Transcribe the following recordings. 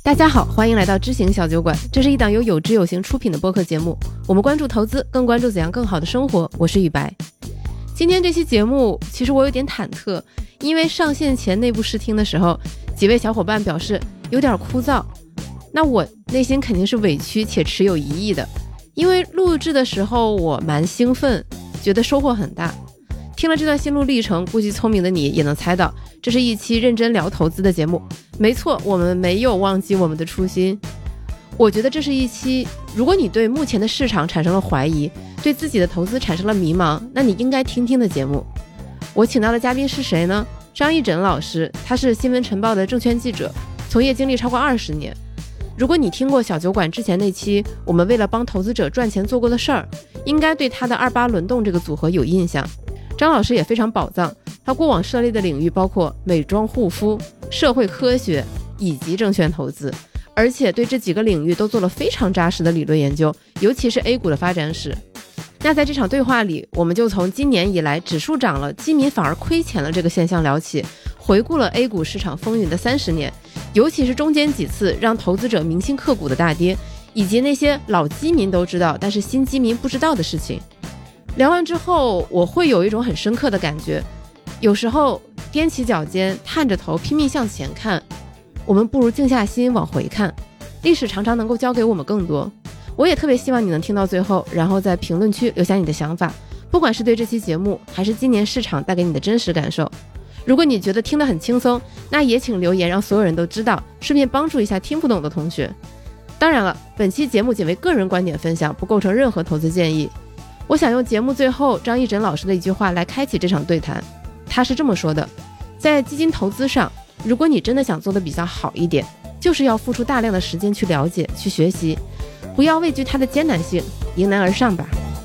大家好，欢迎来到知行小酒馆，这是一档由有知有行出品的播客节目，我们关注投资，更关注怎样更好的生活。我是雨白。今天这期节目其实我有点忐忑，因为上线前内部试听的时候，几位小伙伴表示有点枯燥，那我内心肯定是委屈且持有疑义的，因为录制的时候我蛮兴奋，觉得收获很大。听了这段心路历程，估计聪明的你也能猜到，这是一期认真聊投资的节目。没错，我们没有忘记我们的初心。我觉得这是一期，如果你对目前的市场产生了怀疑，对自己的投资产生了迷茫，那你应该听听的节目。我请到的嘉宾是谁呢？张义诊老师，他是新闻晨报的证券记者，从业经历超过20年。如果你听过小酒馆之前那期我们为了帮投资者赚钱做过的事儿，应该对他的28轮动这个组合有印象。张老师也非常宝藏，他过往涉猎的领域包括美妆护肤、社会科学以及证券投资，而且对这几个领域都做了非常扎实的理论研究，尤其是 A 股的发展史。那在这场对话里，我们就从今年以来指数涨了，基民反而亏钱了这个现象聊起，回顾了 A 股市场风云的30年，尤其是中间几次让投资者铭心刻骨的大跌，以及那些老基民都知道但是新基民不知道的事情。聊完之后，我会有一种很深刻的感觉，有时候踮起脚尖，探着头，拼命向前看，我们不如静下心往回看，历史常常能够教给我们更多。我也特别希望你能听到最后，然后在评论区留下你的想法，不管是对这期节目还是今年市场带给你的真实感受。如果你觉得听得很轻松，那也请留言让所有人都知道，顺便帮助一下听不懂的同学。当然了，本期节目仅为个人观点分享，不构成任何投资建议。我想用节目最后张义诊老师的一句话来开启这场对谈，他是这么说的：在基金投资上，如果你真的想做得比较好一点，就是要付出大量的时间去了解、去学习，不要畏惧它的艰难性，迎难而上吧。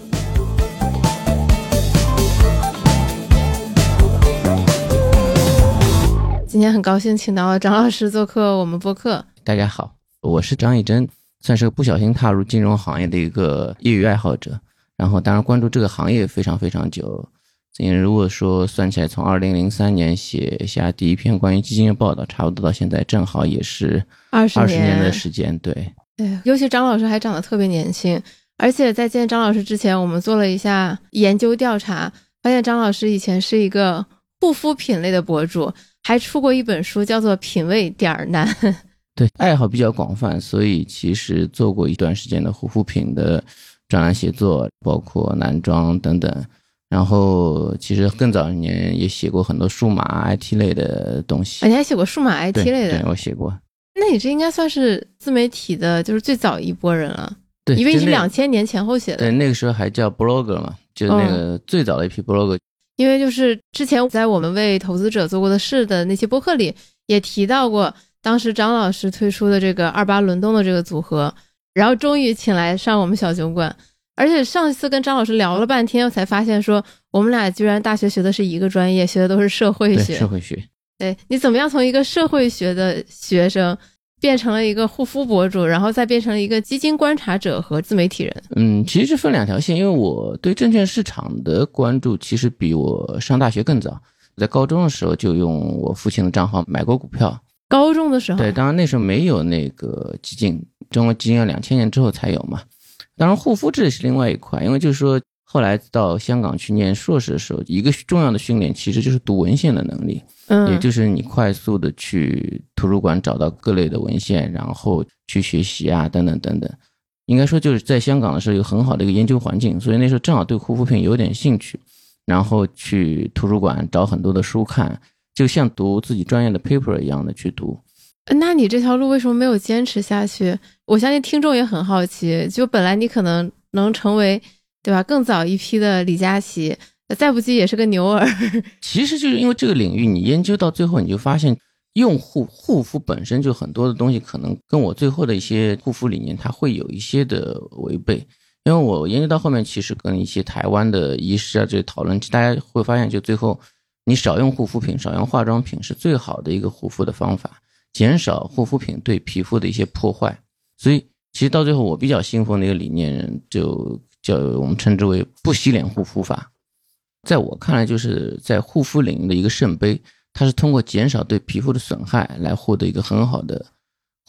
今天很高兴请到了张老师做客我们播客。 大家好，我是张义诊，算是个不小心踏入金融行业的一个业余爱好者，然后当然关注这个行业非常非常久，如果说算起来从2003年写下第一篇关于基金的报道，差不多到现在正好也是20年的时间。对， 尤其张老师还长得特别年轻，而且在见张老师之前，我们做了一下研究调查，发现张老师以前是一个护肤品类的博主，还出过一本书叫做《品味点难》。 对，爱好比较广泛，所以其实做过一段时间的护肤品的专栏写作，包括男装等等。然后其实更早一年也写过很多数码 IT 类的东西。 你还写过数码 IT 类的？ 对，我写过。 那你这应该算是自媒体的就是最早一波人了。 对， 因为你是2000年前后写的。 对，那个时候还叫 blogger 嘛，就是那个最早的一批 blogger。 因为就是之前在我们为投资者做过的事的那些播客里也提到过，当时张老师推出的这个28轮动的这个组合，然后终于请来上我们小酒馆。而且上一次跟张老师聊了半天，我才发现说我们俩居然大学学的是一个专业，学的都是社会学。 对，社会学。 对，你怎么样从一个社会学的学生变成了一个护肤博主，然后再变成了一个基金观察者和自媒体人？ 其实是分两条线，因为我对证券市场的关注其实比我上大学更早。在高中的时候就用我父亲的账号买过股票。 高中的时候？对， 当然那时候没有那个基金，中国基金要2000年之后才有嘛。当然护肤这是另外一块，因为就是说后来到香港去念硕士的时候，一个重要的训练其实就是读文献的能力。也就是你快速的去图书馆找到各类的文献，然后去学习啊等等等等。应该说就是在香港的时候有很好的一个研究环境，所以那时候正好对护肤品有点兴趣，然后去图书馆找很多的书看，就像读自己专业的 paper 一样的去读。 那你这条路为什么没有坚持下去？我相信听众也很好奇，就本来你可能能成为对吧更早一批的李佳琦，再不济也是个牛耳。 其实就是因为这个领域你研究到最后，你就发现用护肤本身就很多的东西可能跟我最后的一些护肤理念它会有一些的违背。因为我研究到后面其实跟一些台湾的医师啊这些讨论，大家会发现就最后你少用护肤品，少用化妆品是最好的一个护肤的方法，减少护肤品对皮肤的一些破坏。所以其实到最后我比较信奉的一个理念，就叫我们称之为不洗脸护肤法。在我看来就是在护肤领域的一个圣杯，它是通过减少对皮肤的损害来获得一个很好的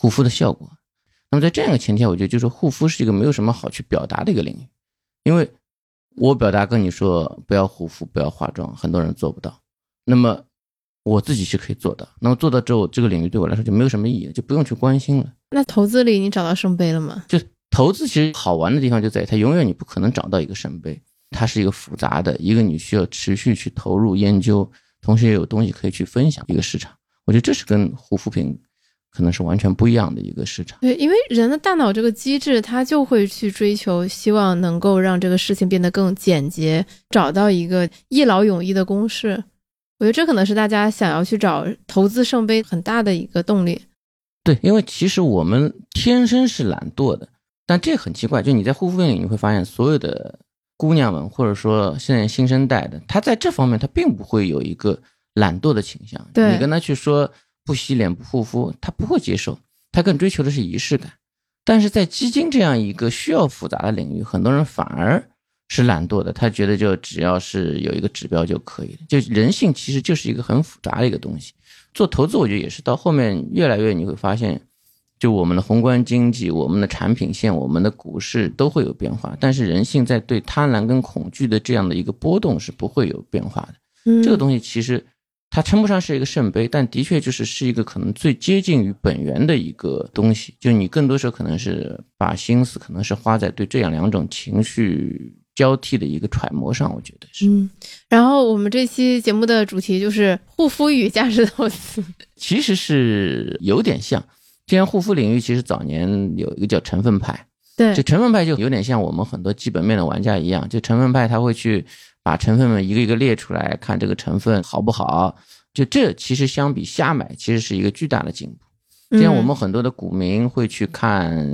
护肤的效果。那么在这样一个前提下，我觉得就是护肤是一个没有什么好去表达的一个领域，因为我表达跟你说不要护肤不要化妆，很多人做不到，那么我自己是可以做到，那么做到之后这个领域对我来说就没有什么意义了，就不用去关心了。 那投资里你找到圣杯了吗？ 就投资其实好玩的地方就在于它永远你不可能找到一个圣杯，它是一个复杂的一个你需要持续去投入研究，同时也有东西可以去分享一个市场。我觉得这是跟护肤品可能是完全不一样的一个市场。 对，因为人的大脑这个机制它就会去追求希望能够让这个事情变得更简洁，找到一个一劳永逸的公式。我觉得这可能是大家想要去找投资圣杯很大的一个动力。 对，因为其实我们天生是懒惰的，但这很奇怪，就你在护肤品里你会发现所有的姑娘们或者说现在新生代的，她在这方面她并不会有一个懒惰的倾向。 对， 你跟她去说不洗脸不护肤，她不会接受，她更追求的是仪式感。但是在基金这样一个需要复杂的领域，很多人反而是懒惰的，他觉得就只要是有一个指标就可以了。就人性其实就是一个很复杂的一个东西。做投资我觉得也是到后面越来越你会发现，就我们的宏观经济我们的产品线我们的股市都会有变化，但是人性在对贪婪跟恐惧的这样的一个波动是不会有变化的。这个东西其实它称不上是一个圣杯，但的确是一个可能最接近于本源的一个东西。就你更多时候可能是把心思可能是花在对这样两种情绪交替的一个揣摩上，我觉得是。 然后我们这期节目的主题就是护肤与价值投资， 其实是有点像。既然护肤领域其实早年有一个叫成分派， 对， 这成分派就有点像我们很多基本面的玩家一样，就成分派他会去把成分们一个一个列出来，看这个成分好不好。就这其实相比瞎买其实是一个巨大的进步。这样我们很多的股民会去看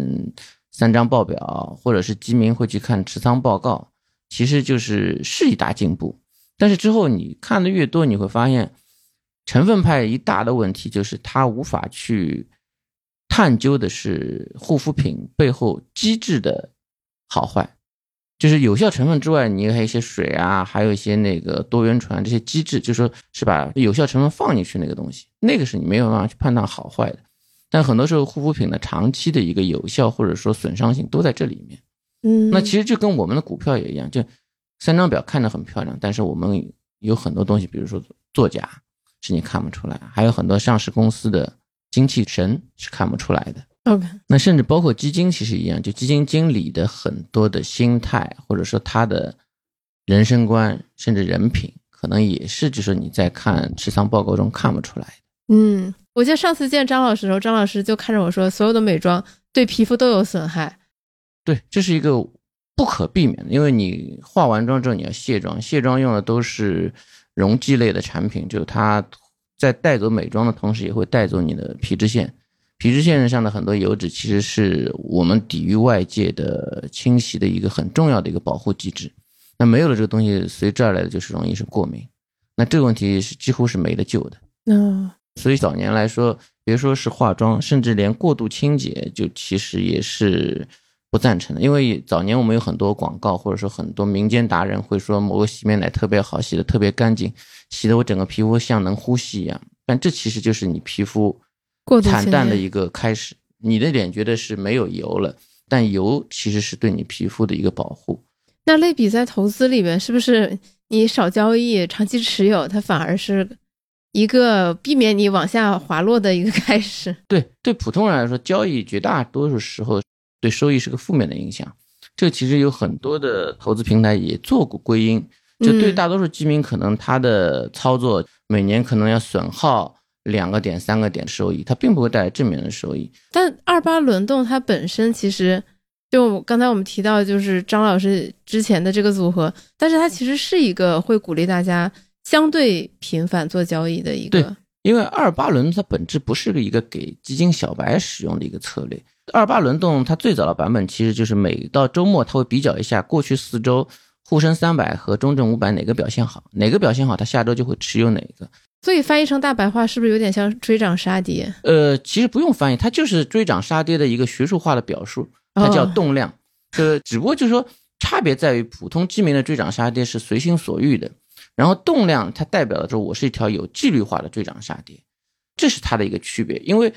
3张报表，或者是基民会去看持仓报告，其实是一大进步。但是之后你看的越多，你会发现成分派一大的问题就是它无法去探究的是护肤品背后机制的好坏。就是有效成分之外，你还有一些水啊，还有一些那个多元醇这些机制，就是说是把有效成分放进去那个东西，那个是你没有办法去判断好坏的。但很多时候护肤品的长期的一个有效或者说损伤性都在这里面。那其实就跟我们的股票也一样，就3张表看着很漂亮，但是我们有很多东西，比如说作假是你看不出来，还有很多上市公司的精气神是看不出来的。那甚至包括基金其实一样，就基金经理的很多的心态或者说他的人生观甚至人品可能也是就是你在看持仓报告中看不出来的。 我记得上次见张老师的时候，张老师就看着我说所有的美妆对皮肤都有损害。 对，这是一个不可避免的，因为你化完妆之后你要卸妆，卸妆用的都是溶剂类的产品，就它在带走美妆的同时也会带走你的皮脂腺，皮脂腺上的很多油脂其实是我们抵御外界的侵袭的一个很重要的一个保护机制。那没有了这个东西，随之而来的就是容易是过敏，那这个问题是几乎是没得救的。所以早年来说，别说是化妆，甚至连过度清洁就其实也是不赞成的。因为早年我们有很多广告或者说很多民间达人会说某个洗面奶特别好，洗得特别干净，洗得我整个皮肤像能呼吸一样，但这其实就是你皮肤惨淡的一个开始。你的脸觉得是没有油了，但油其实是对你皮肤的一个保护。 那类比在投资里面，是不是你少交易长期持有，它反而是一个避免你往下滑落的一个开始？ 对普通人来说，交易绝大多数时候对收益是个负面的影响。这其实有很多的投资平台也做过归因，就对大多数基民可能他的操作每年可能要损耗2个点3个点收益，它并不会带来正面的收益。 但28轮动它本身其实就刚才我们提到就是张老师之前的这个组合，但是它其实是一个会鼓励大家相对频繁做交易的一个。 对，因为28轮它本质不是一个给基金小白使用的一个策略。28轮动它最早的版本其实就是每到周末它会比较一下过去4周沪深300和中证500哪个表现好，哪个表现好它下周就会持有哪个。 所以翻译成大白话是不是有点像追涨杀跌？ 其实不用翻译，它就是追涨杀跌的一个学术化的表述，它叫动量。只不过就是说差别在于普通基民的追涨杀跌是随心所欲的，然后动量它代表的说我是一条有纪律化的追涨杀跌，这是它的一个区别。因为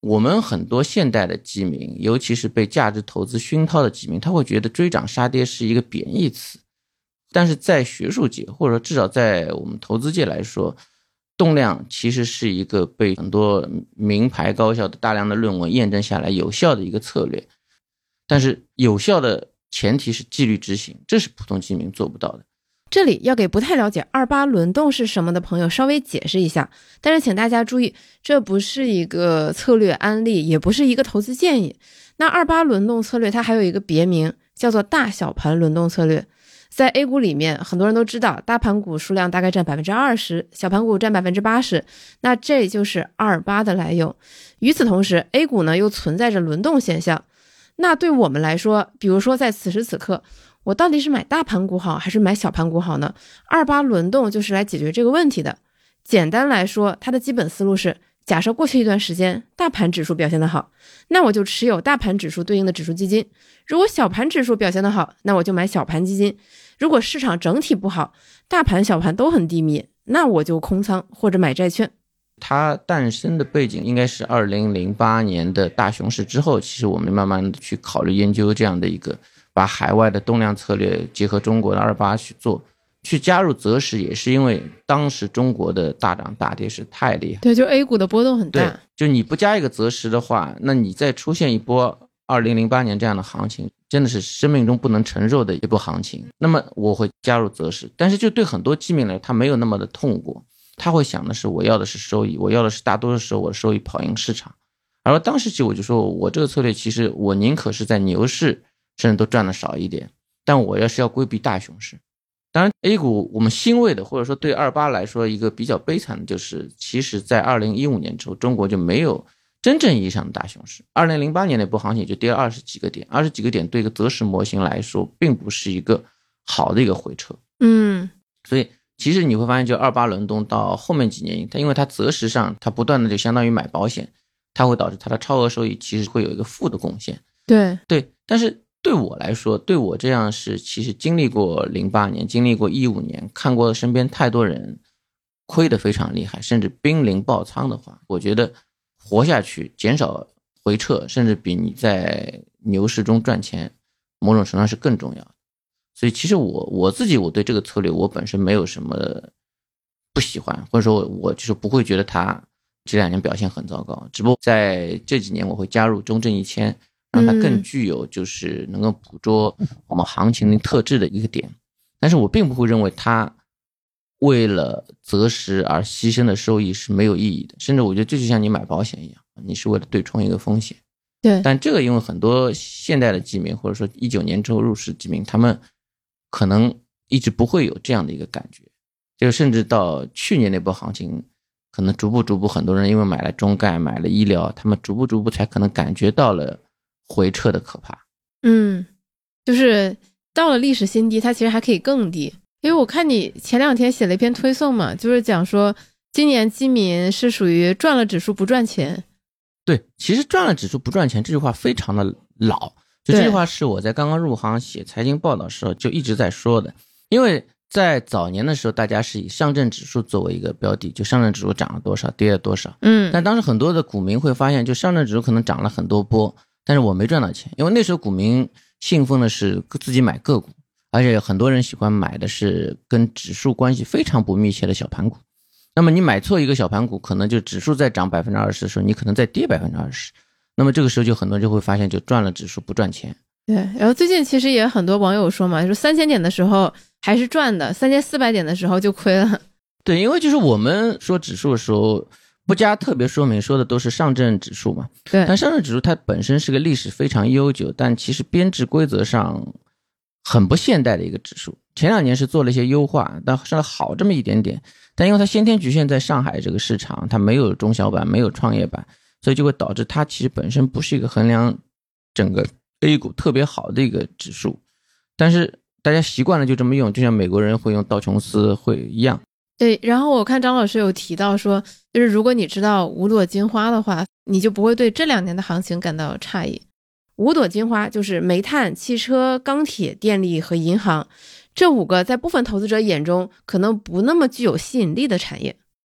我们很多现代的基民，尤其是被价值投资熏陶的基民，他会觉得追涨杀跌是一个贬义词。但是在学术界，或者说至少在我们投资界来说，动量其实是一个被很多名牌高校的大量的论文验证下来有效的一个策略。但是有效的前提是纪律执行，这是普通基民做不到的。 这里要给不太了解28轮动是什么的朋友稍微解释一下，但是请大家注意，这不是一个策略案例，也不是一个投资建议。那28轮动策略它还有一个别名叫做大小盘轮动策略。在 A 股里面，很多人都知道大盘股数量大概占 20%， 小盘股占 80%， 那这就是28的来由。与此同时 A 股呢又存在着轮动现象。那对我们来说，比如说在此时此刻，我到底是买大盘股好还是买小盘股好呢？28轮动就是来解决这个问题的。简单来说，它的基本思路是，假设过去一段时间大盘指数表现得好，那我就持有大盘指数对应的指数基金。如果小盘指数表现得好，那我就买小盘基金。如果市场整体不好，大盘小盘都很低迷，那我就空仓或者买债券。 它诞生的背景应该是2008年的大熊市之后，其实我们慢慢的去考虑研究这样的一个把海外的动量策略结合中国的28去做，去加入择时也是因为当时中国的大涨大跌是太厉害。 对，就 A 股的波动很大。 对，就你不加一个择时的话，那你再出现一波2008年这样的行情，真的是生命中不能承受的一波行情。那么我会加入择时，但是就对很多基民来说，他没有那么的痛过。他会想的是，我要的是收益，我要的是大多数时候我的收益跑赢市场。而当时其实我就说，我这个策略其实我宁可是在牛市甚至都赚的少一点，但我要规避大熊市。当然 A 股我们欣慰的，或者说对28来说一个比较悲惨的就是，其实在2015年之后，中国就没有真正意义上的大熊市。2008年那波行情就跌20几个点，20几个点对一个择时模型来说并不是一个好的一个回撤。所以其实你会发现，就28轮动到后面几年，它因为它择时上它不断的就相当于买保险，它会导致它的超额收益其实会有一个负的贡献。 对， 但是对我来说，对我这样是其实经历过08年，经历过15年，看过身边太多人亏得非常厉害，甚至濒临爆仓的话，我觉得活下去减少回撤，甚至比你在牛市中赚钱某种程度上是更重要的。所以其实我自己，我对这个策略我本身没有什么不喜欢，或者说我就是不会觉得它这2年表现很糟糕，只不过在这几年我会加入中证1000，让它更具有就是能够捕捉我们行情的特质的一个点。但是我并不会认为它为了择时而牺牲的收益是没有意义的，甚至我觉得这就像你买保险一样，你是为了对冲一个风险。 对， 但这个因为很多现代的基民，或者说19年之后入市基民，他们可能一直不会有这样的一个感觉，就甚至到去年那波行情，可能逐步很多人因为买了中概买了医疗，他们逐步才可能感觉到了回撤的可怕。 就是到了历史新低，它其实还可以更低。因为我看你前2天写了一篇推送嘛，就是讲说今年基民是属于赚了指数不赚钱。 对，其实赚了指数不赚钱这句话非常的老，就这句话是我在刚刚入行写财经报道的时候就一直在说的。因为在早年的时候，大家是以上证指数作为一个标的，就上证指数涨了多少跌了多少。但当时很多的股民会发现，就上证指数可能涨了很多波，但是我没赚到钱，因为那时候股民信奉的是自己买个股，而且很多人喜欢买的是跟指数关系非常不密切的小盘股。那么你买错一个小盘股，可能就指数在涨 20% 的时候，你可能再跌 20%。那么这个时候就很多人就会发现，就赚了指数不赚钱。 对，然后最近其实也很多网友说嘛，说3000点的时候还是赚的，3400点的时候就亏了。 对，因为就是我们说指数的时候不加特别说明，说的都是上证指数嘛。 对， 但上证指数它本身是个历史非常悠久，但其实编制规则上很不现代的一个指数。前2年是做了一些优化，但稍微好这么一点点，但因为它先天局限在上海这个市场，它没有中小板，没有创业板，所以就会导致它其实本身不是一个衡量整个 A 股特别好的一个指数。但是大家习惯了就这么用，就像美国人会用道琼斯会一样。 对，然后我看张老师有提到说，就是如果你知道五朵金花的话，你就不会对这2年的行情感到诧异。五朵金花就是煤炭、汽车、钢铁、电力和银行，这5个在部分投资者眼中可能不那么具有吸引力的产业。 对，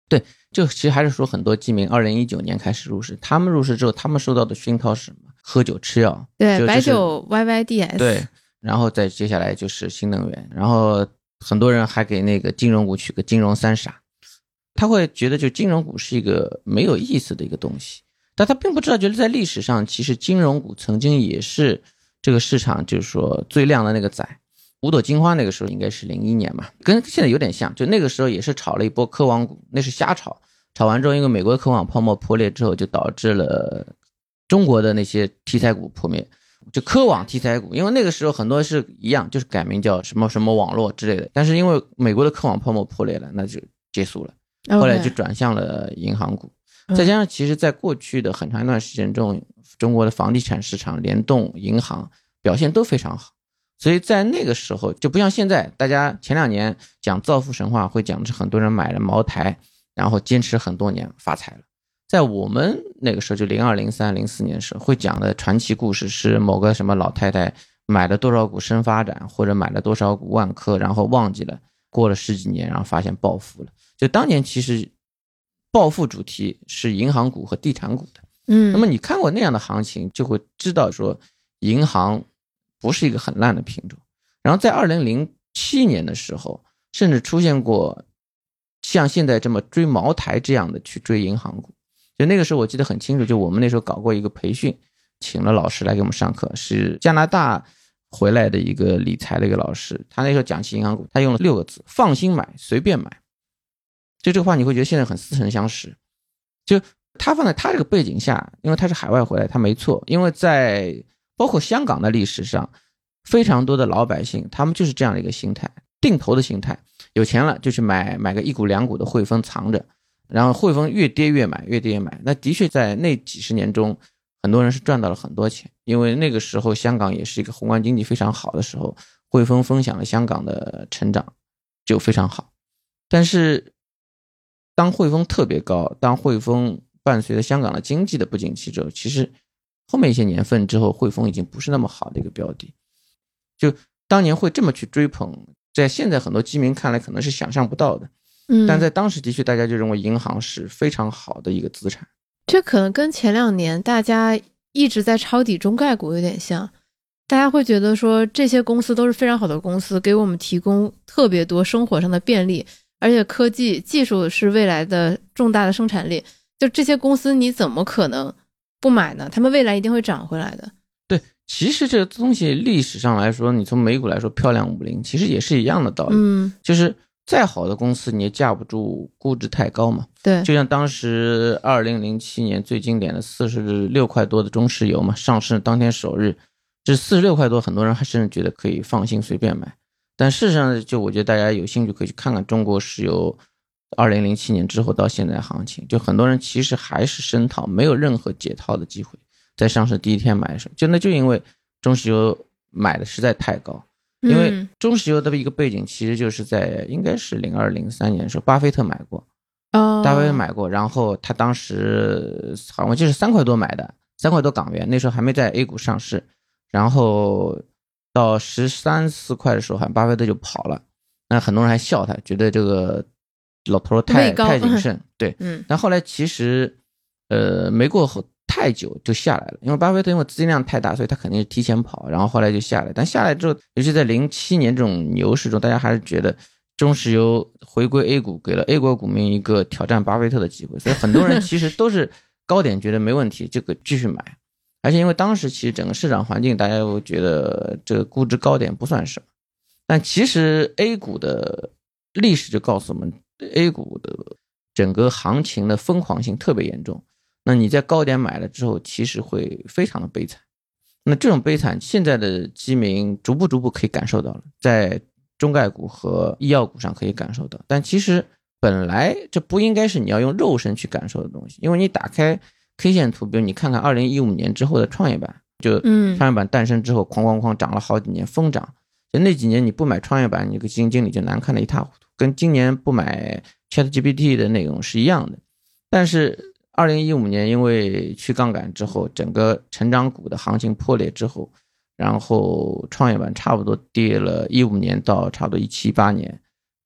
就其实还是说很多基民2019年开始入市，他们入市之后，他们受到的熏陶是什么？喝酒吃药， 对，白酒 YYDS， 对，然后再接下来就是新能源，然后很多人还给那个金融股取个金融三傻，他会觉得就金融股是一个没有意思的一个东西，但他并不知道，觉得在历史上其实金融股曾经也是这个市场就是说最亮的那个仔。五朵金花那个时候应该是01年嘛，跟现在有点像，就那个时候也是炒了一波科网股，那是瞎炒，炒完之后因为美国科网泡沫破裂之后，就导致了中国的那些题材股破灭，就科网题材股，因为那个时候很多是一样，就是改名叫什么什么网络之类的，但是因为美国的科网泡沫破裂了，那就结束了，后来就转向了银行股，再加上其实在过去的很长一段时间中，中国的房地产市场、联动银行表现都非常好，所以在那个时候就不像现在，大家前2年讲造富神话会讲的是很多人买了茅台，然后坚持很多年发财了。在我们那个时候就02、03、04年的时候会讲的传奇故事是某个什么老太太买了多少股深发展，或者买了多少股万科，然后忘记了，过了10几年然后发现暴富了。就当年其实暴富主题是银行股和地产股的，那么你看过那样的行情就会知道说银行不是一个很烂的品种。然后在2007年的时候甚至出现过像现在这么追茅台这样的去追银行股，就那个时候我记得很清楚，就我们那时候搞过一个培训，请了老师来给我们上课，是加拿大回来的一个理财的一个老师，他那时候讲起银行股，他用了6个字：放心买，随便买。就这个话你会觉得现在很似曾相识，就他放在他这个背景下，因为他是海外回来，他没错，因为在包括香港的历史上，非常多的老百姓他们就是这样的一个心态，定投的心态，有钱了就去买个1股2股的汇丰藏着，然后汇丰越跌越买，越跌越买。那的确在那几十年中很多人是赚到了很多钱，因为那个时候香港也是一个宏观经济非常好的时候，汇丰分享了香港的成长就非常好。但是当汇丰特别高，当汇丰伴随着香港的经济的不景气之后，其实后面一些年份之后，汇丰已经不是那么好的一个标的。就当年会这么去追捧，在现在很多基民看来可能是想象不到的，但在当时的确大家就认为银行是非常好的一个资产。 这可能跟前2年大家一直在抄底中概股有点像，大家会觉得说这些公司都是非常好的公司，给我们提供特别多生活上的便利，而且科技技术是未来的重大的生产力，就这些公司你怎么可能不买呢？他们未来一定会涨回来的。 对，其实这个东西历史上来说，你从美股来说漂亮50，其实也是一样的道理。就是再好的公司你也架不住估值太高嘛。 对， 就像当时2007年最经典的46块多的中石油嘛，上市当天首日这46块多，很多人还甚至觉得可以放心随便买。但事实上就我觉得大家有兴趣可以去看看中国石油2007年之后到现在行情，就很多人其实还是深套，没有任何解套的机会。在上市第一天买的时候，就因为中石油买的实在太高，因为中石油的一个背景其实就是在应该是02、03年的时候，巴菲特买过，巴菲特买过，然后他当时好像就是3块多买的，3块多港元，那时候还没在 A 股上市，然后到13、14块的时候，好像巴菲特就跑了，那很多人还笑他，觉得这个老头太谨慎，对，但后来其实没过太久就下来了，因为巴菲特因为资金量太大，所以他肯定是提前跑，然后后来就下来。但下来之后，尤其在07年这种牛市中，大家还是觉得中石油回归 A 股，给了 A 国股民一个挑战巴菲特的机会，所以很多人其实都是高点觉得没问题，这个继续买。而且因为当时其实整个市场环境，大家都觉得这个估值高点不算什么，但其实 A 股的历史就告诉我们 ，A 股的整个行情的疯狂性特别严重。那你在高点买了之后，其实会非常的悲惨。那这种悲惨，现在的基民逐步可以感受到了，在中概股和医药股上可以感受到。但其实本来这不应该是你要用肉身去感受的东西，因为你打开 K 线图，比如你看看2015年之后的创业板，就创业板诞生之后，哐涨了好几年，疯涨。就那几年你不买创业板，你个基金经理就难看得一塌糊涂，跟今年不买 ChatGPT 的内容是一样的。但是2015年因为去杠杆之后，整个成长股的行情破裂之后，然后创业板差不多跌了15年到差不多17、18年，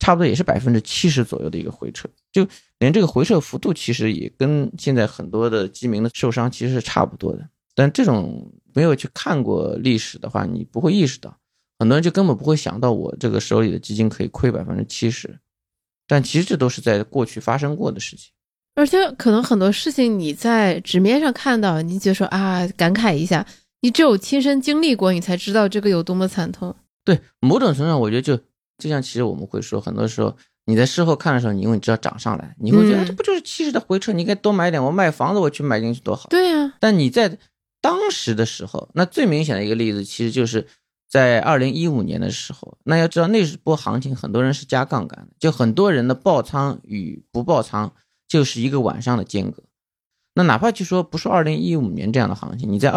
差不多也是70%左右的一个回撤，就连这个回撤幅度其实也跟现在很多的基民的受伤其实是差不多的。但这种没有去看过历史的话，你不会意识到，很多人就根本不会想到我这个手里的基金可以亏70%，但其实这都是在过去发生过的事情。 而且可能很多事情你在纸面上看到，你就说啊，感慨一下，你只有亲身经历过，你才知道这个有多么惨痛。 对，某种程度上我觉得就像其实我们会说，很多时候你在事后看的时候，因为你知道涨上来，你会觉得、这不就是70的回撤，你应该多买一点，我卖房子我去买进去多好。 对啊， 但你在当时的时候，那最明显的一个例子其实就是在2015年的时候，那要知道那波行情很多人是加杠杆的，就很多人的爆仓与不爆仓就是一个晚上的间隔。那哪怕就说不说2015年这样的行情，你在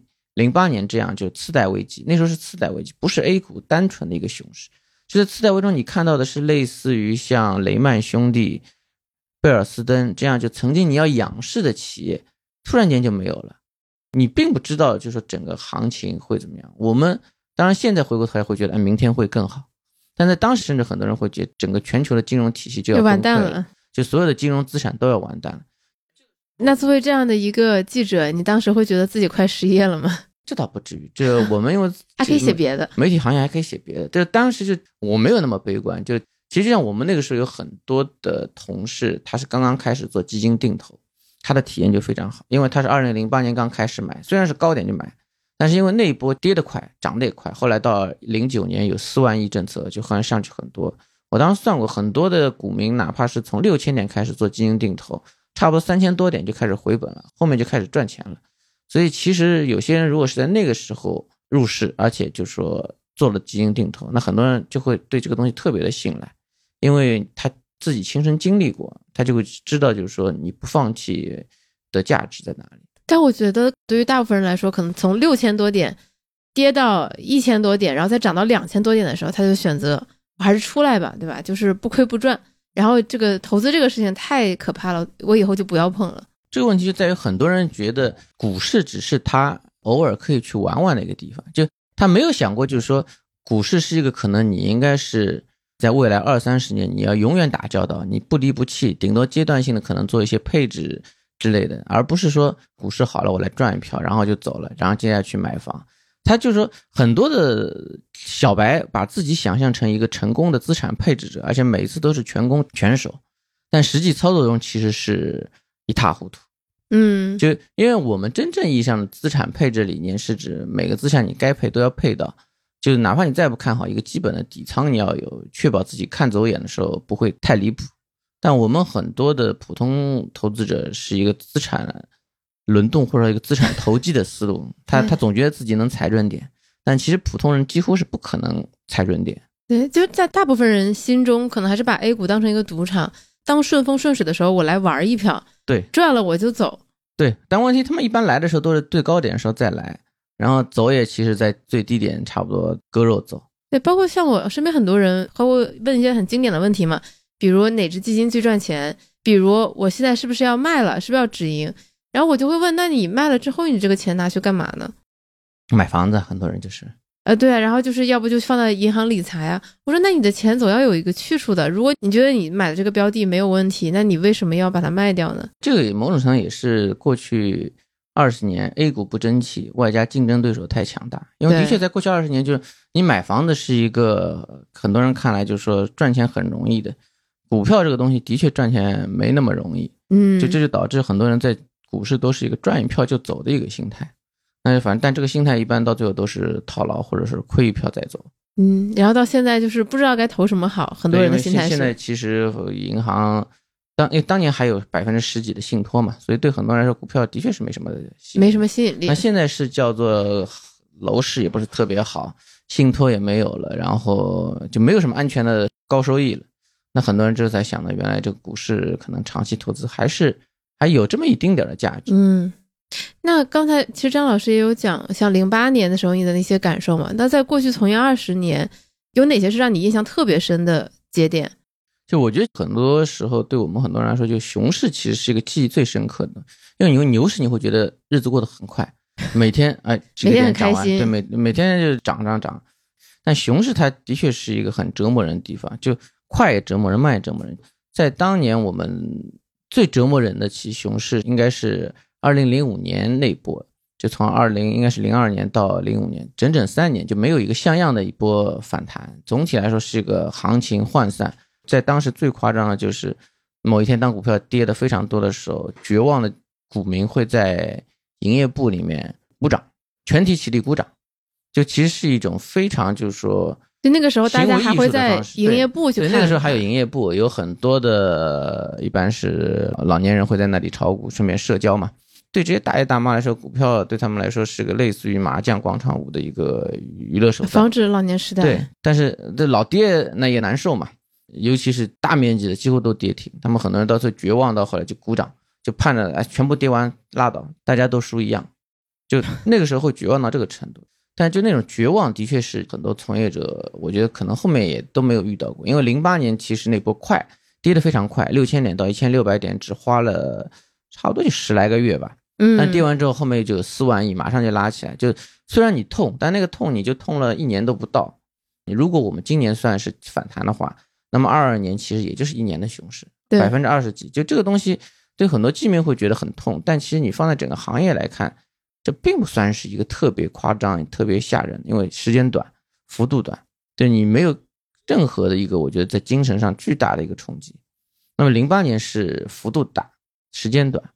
2008年这样就次贷危机，那时候是次贷危机，不是 A 股单纯的一个熊市，就在次贷危机中你看到的是类似于像雷曼兄弟、贝尔斯登这样就曾经你要仰视的企业突然间就没有了，你并不知道就是说整个行情会怎么样。我们当然现在回过头来会觉得明天会更好，但在当时甚至很多人会觉得整个全球的金融体系就要完蛋了， 就所有的金融资产都要完蛋了。 那作为这样的一个记者，你当时会觉得自己快失业了吗？ 这倒不至于，这我们因为还可以写别的， 媒体行业还可以写别的。这当时就我没有那么悲观，就其实像我们那个时候有很多的同事，他是刚刚开始做基金定投，他的体验就非常好，因为他是2008年刚开始买，虽然是高点就买，但是因为那一波跌得快，涨得也快，后来到09年有4万亿政策，就好像上去很多。我当时算过，很多的股民哪怕是从6000点开始做基金定投，差不多3000多点就开始回本了，后面就开始赚钱了。所以其实有些人如果是在那个时候入市，而且就说做了基金定投，那很多人就会对这个东西特别的信赖，因为他自己亲身经历过，他就会知道就是说你不放弃的价值在哪里。 但我觉得对于大部分人来说，可能从6000多点跌到1000多点，然后再涨到2000多点的时候，他就选择我还是出来吧，对吧？就是不亏不赚。然后这个投资这个事情太可怕了，我以后就不要碰了。 这个问题就在于很多人觉得股市只是他偶尔可以去玩玩的一个地方，就他没有想过就是说股市是一个可能你应该是在未来20-30年你要永远打交道，你不离不弃，顶多阶段性的可能做一些配置之类的，而不是说股市好了我来赚一票然后就走了，然后接下来去买房。他就是说很多的小白把自己想象成一个成功的资产配置者，而且每一次都是全攻全守，但实际操作中其实是一塌糊涂。就因为我们真正意义上的资产配置理念是指每个资产你该配都要配到，就是哪怕你再不看好一个基本的底仓你要有，确保自己看走眼的时候不会太离谱。但我们很多的普通投资者是一个资产轮动或者一个资产投机的思路，他总觉得自己能踩准点，但其实普通人几乎是不可能踩准点。 对，就在大部分人心中可能还是把 A 股当成一个赌场，当顺风顺水的时候我来玩一票， 对， 赚了我就走。 对，但问题他们一般来的时候都是最高点的时候再来，然后走也其实在最低点差不多割肉走。 对，包括像我身边很多人和我问一些很经典的问题嘛，比如哪只基金最赚钱，比如我现在是不是要卖了，是不是要止盈，然后我就会问，那你卖了之后你这个钱拿去干嘛呢？ 买房子，很多人就是对啊，然后就是要不就放在银行理财啊。我说那你的钱总要有一个去处的，如果你觉得你买的这个标的没有问题，那你为什么要把它卖掉呢？ 这个某种程度也是过去20年 A 股不争气，外加竞争对手太强大。因为的确在过去20年，就是你买房子是一个很多人看来就是说赚钱很容易的，股票这个东西的确赚钱没那么容易。这就导致很多人在股市都是一个赚一票就走的一个心态。那反正但这个心态一般到最后都是套牢或者是亏一票再走。 然后到现在就是不知道该投什么好，很多人的心态是。 现在其实银行因为当年还有10%几的信托嘛，所以对很多人来说股票的确是没什么吸引力。那现在是叫做楼市也不是特别好，信托也没有了，然后就没有什么安全的高收益了。那很多人这才想到原来这个股市可能长期投资还有这么一丁点的价值。 那刚才其实张老师也有讲像08年的时候你的那些感受嘛，那在过去从业20年有哪些是让你印象特别深的节点？ 就我觉得很多时候对我们很多人来说，就熊市其实是一个记忆最深刻的，因为牛市你会觉得日子过得很快，每天每天很开心， 对，每天就涨，但熊市它的确是一个很折磨人的地方。就快也折磨人，慢也折磨人。在当年我们最折磨人的其熊市应该是2005年那波，就从应该是02年到05年，整整3年就没有一个像样的一波反弹。总体来说是一个行情涣散。在当时最夸张的就是某一天当股票跌得非常多的时候，绝望的股民会在营业部里面鼓掌，全体起立鼓掌，就其实是一种非常就是说， 就那个时候大家还会在营业部去看， 对，那个时候还有营业部，有很多的一般是老年人会在那里炒股，顺便社交嘛。对这些大爷大妈来说，股票对他们来说是个类似于麻将广场舞的一个娱乐手段， 防止老年痴呆。 对，但是这老爹那也难受嘛，尤其是大面积的几乎都跌停，他们很多人到最后绝望，到后来就鼓掌，就盼着全部跌完拉倒，大家都输一样，就那个时候会绝望到这个程度。但就那种绝望的确是很多从业者我觉得可能后面也都没有遇到过，因为08年其实那波快跌得非常快，6000点到1600点只花了差不多就10来个月吧。但跌完之后后面就4万亿马上就拉起来，就虽然你痛，但那个痛你就痛了1年都不到。如果我们今年算是反弹的话，那么22年其实也就是1年的熊市，20%几，就这个东西对很多基民会觉得很痛，但其实你放在整个行业来看，这并不算是一个特别夸张特别吓人，因为时间短幅度短，对你没有任何的一个我觉得在精神上巨大的一个冲击。那么08年是幅度大时间短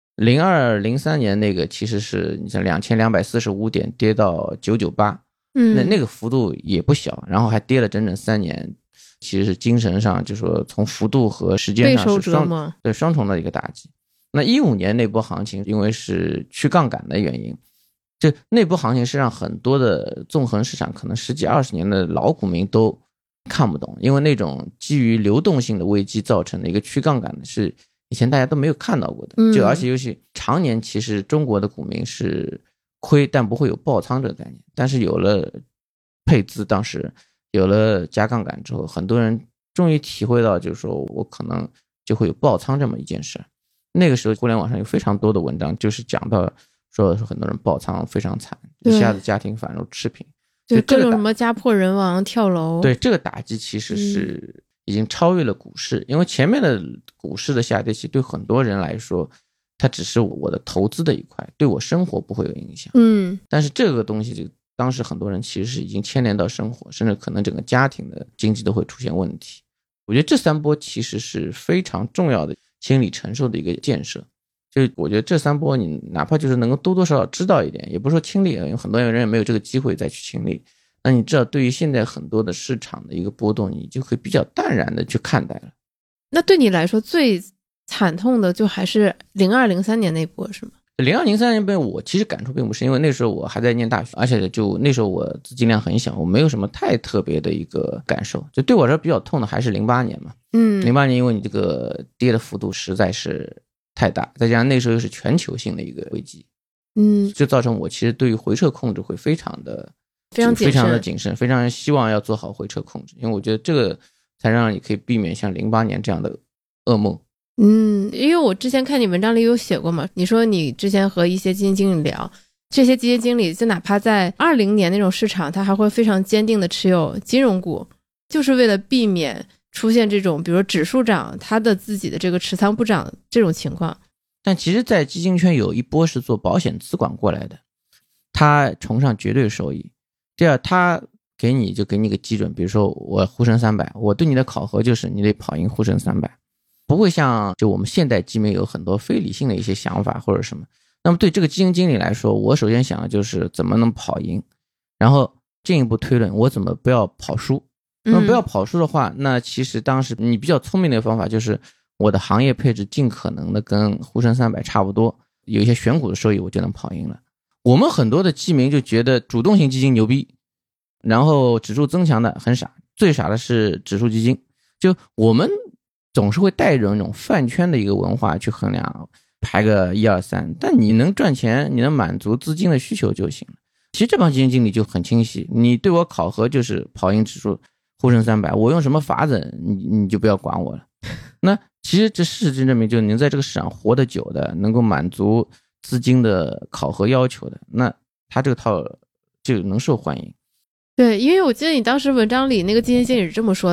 ，02、03年那个其实是你像2245点跌到998，那个幅度也不小，然后还跌了整整3年，其实是精神上就说从幅度和时间上是双重的一个打击。那15年那波行情因为是去杠杆的原因，就那波行情是让很多的纵横市场可能10几20年的老股民都看不懂，因为那种基于流动性的危机造成的一个去杠杆的是以前大家都没有看到过的，就而且尤其常年其实中国的股民是亏但不会有爆仓这个概念，但是有了配资，当时有了加杠杆之后，很多人终于体会到就是说我可能就会有爆仓这么一件事。那个时候互联网上有非常多的文章就是讲到说很多人爆仓非常惨，一下子家庭反入赤贫， 对各种什么家破人亡跳楼， 对这个打击其实是已经超越了股市，因为前面的股市的下跌期对很多人来说它只是我的投资的一块，对我生活不会有影响。但是这个东西就当时很多人其实是已经牵连到生活，甚至可能整个家庭的经济都会出现问题。我觉得这3波其实是非常重要的心理承受的一个建设，就我觉得这3波你哪怕就是能够多多少少知道一点，也不是说亲历，因为很多人也没有这个机会再去亲历，那你知道对于现在很多的市场的一个波动，你就会比较淡然的去看待了。 那对你来说最惨痛的就还是02、03年那波是吗 ？02、03年被我其实感触并不是，因为那时候我还在念大学，而且就那时候我资金量很小，我没有什么太特别的一个感受。就对我来说比较痛的还是08年嘛。08年因为你这个跌的幅度实在是太大，再加上那时候又是全球性的一个危机，就造成我其实对于回撤控制会非常的谨慎，非常希望要做好回撤控制，因为我觉得这个才让你可以避免像08年这样的噩梦。 因为我之前看你文章里有写过嘛，你说你之前和一些基金经理聊，这些基金经理就哪怕在20年那种市场，他还会非常坚定的持有金融股，就是为了避免出现这种比如说指数涨他的自己的这个持仓不涨这种情况。 但其实在基金圈有一波是做保险资管过来的，他崇尚绝对收益。第二，他给你个基准，比如说我沪深300，我对你的考核就是你得跑赢沪深300，不会像就我们现代基民有很多非理性的一些想法或者什么。那么对这个基金经理来说，我首先想的就是怎么能跑赢，然后进一步推论我怎么不要跑输。那么不要跑输的话，那其实当时你比较聪明的方法就是我的行业配置尽可能的跟沪深300差不多，有一些选股的收益我就能跑赢了。我们很多的基民就觉得主动型基金牛逼，然后指数增强的很傻，最傻的是指数基金。就我们总是会带着那种饭圈的一个文化去衡量，排个1、2、3，但你能赚钱，你能满足资金的需求就行了。其实这帮基金经理就很清晰，你对我考核就是跑赢指数沪深300，我用什么法子你就不要管我了。那其实这事实证明，就能在这个市场活得久的，能够满足资金的考核要求的，那他这个套就能受欢迎。 对，因为我记得你当时文章里那个基金经理是这么说的，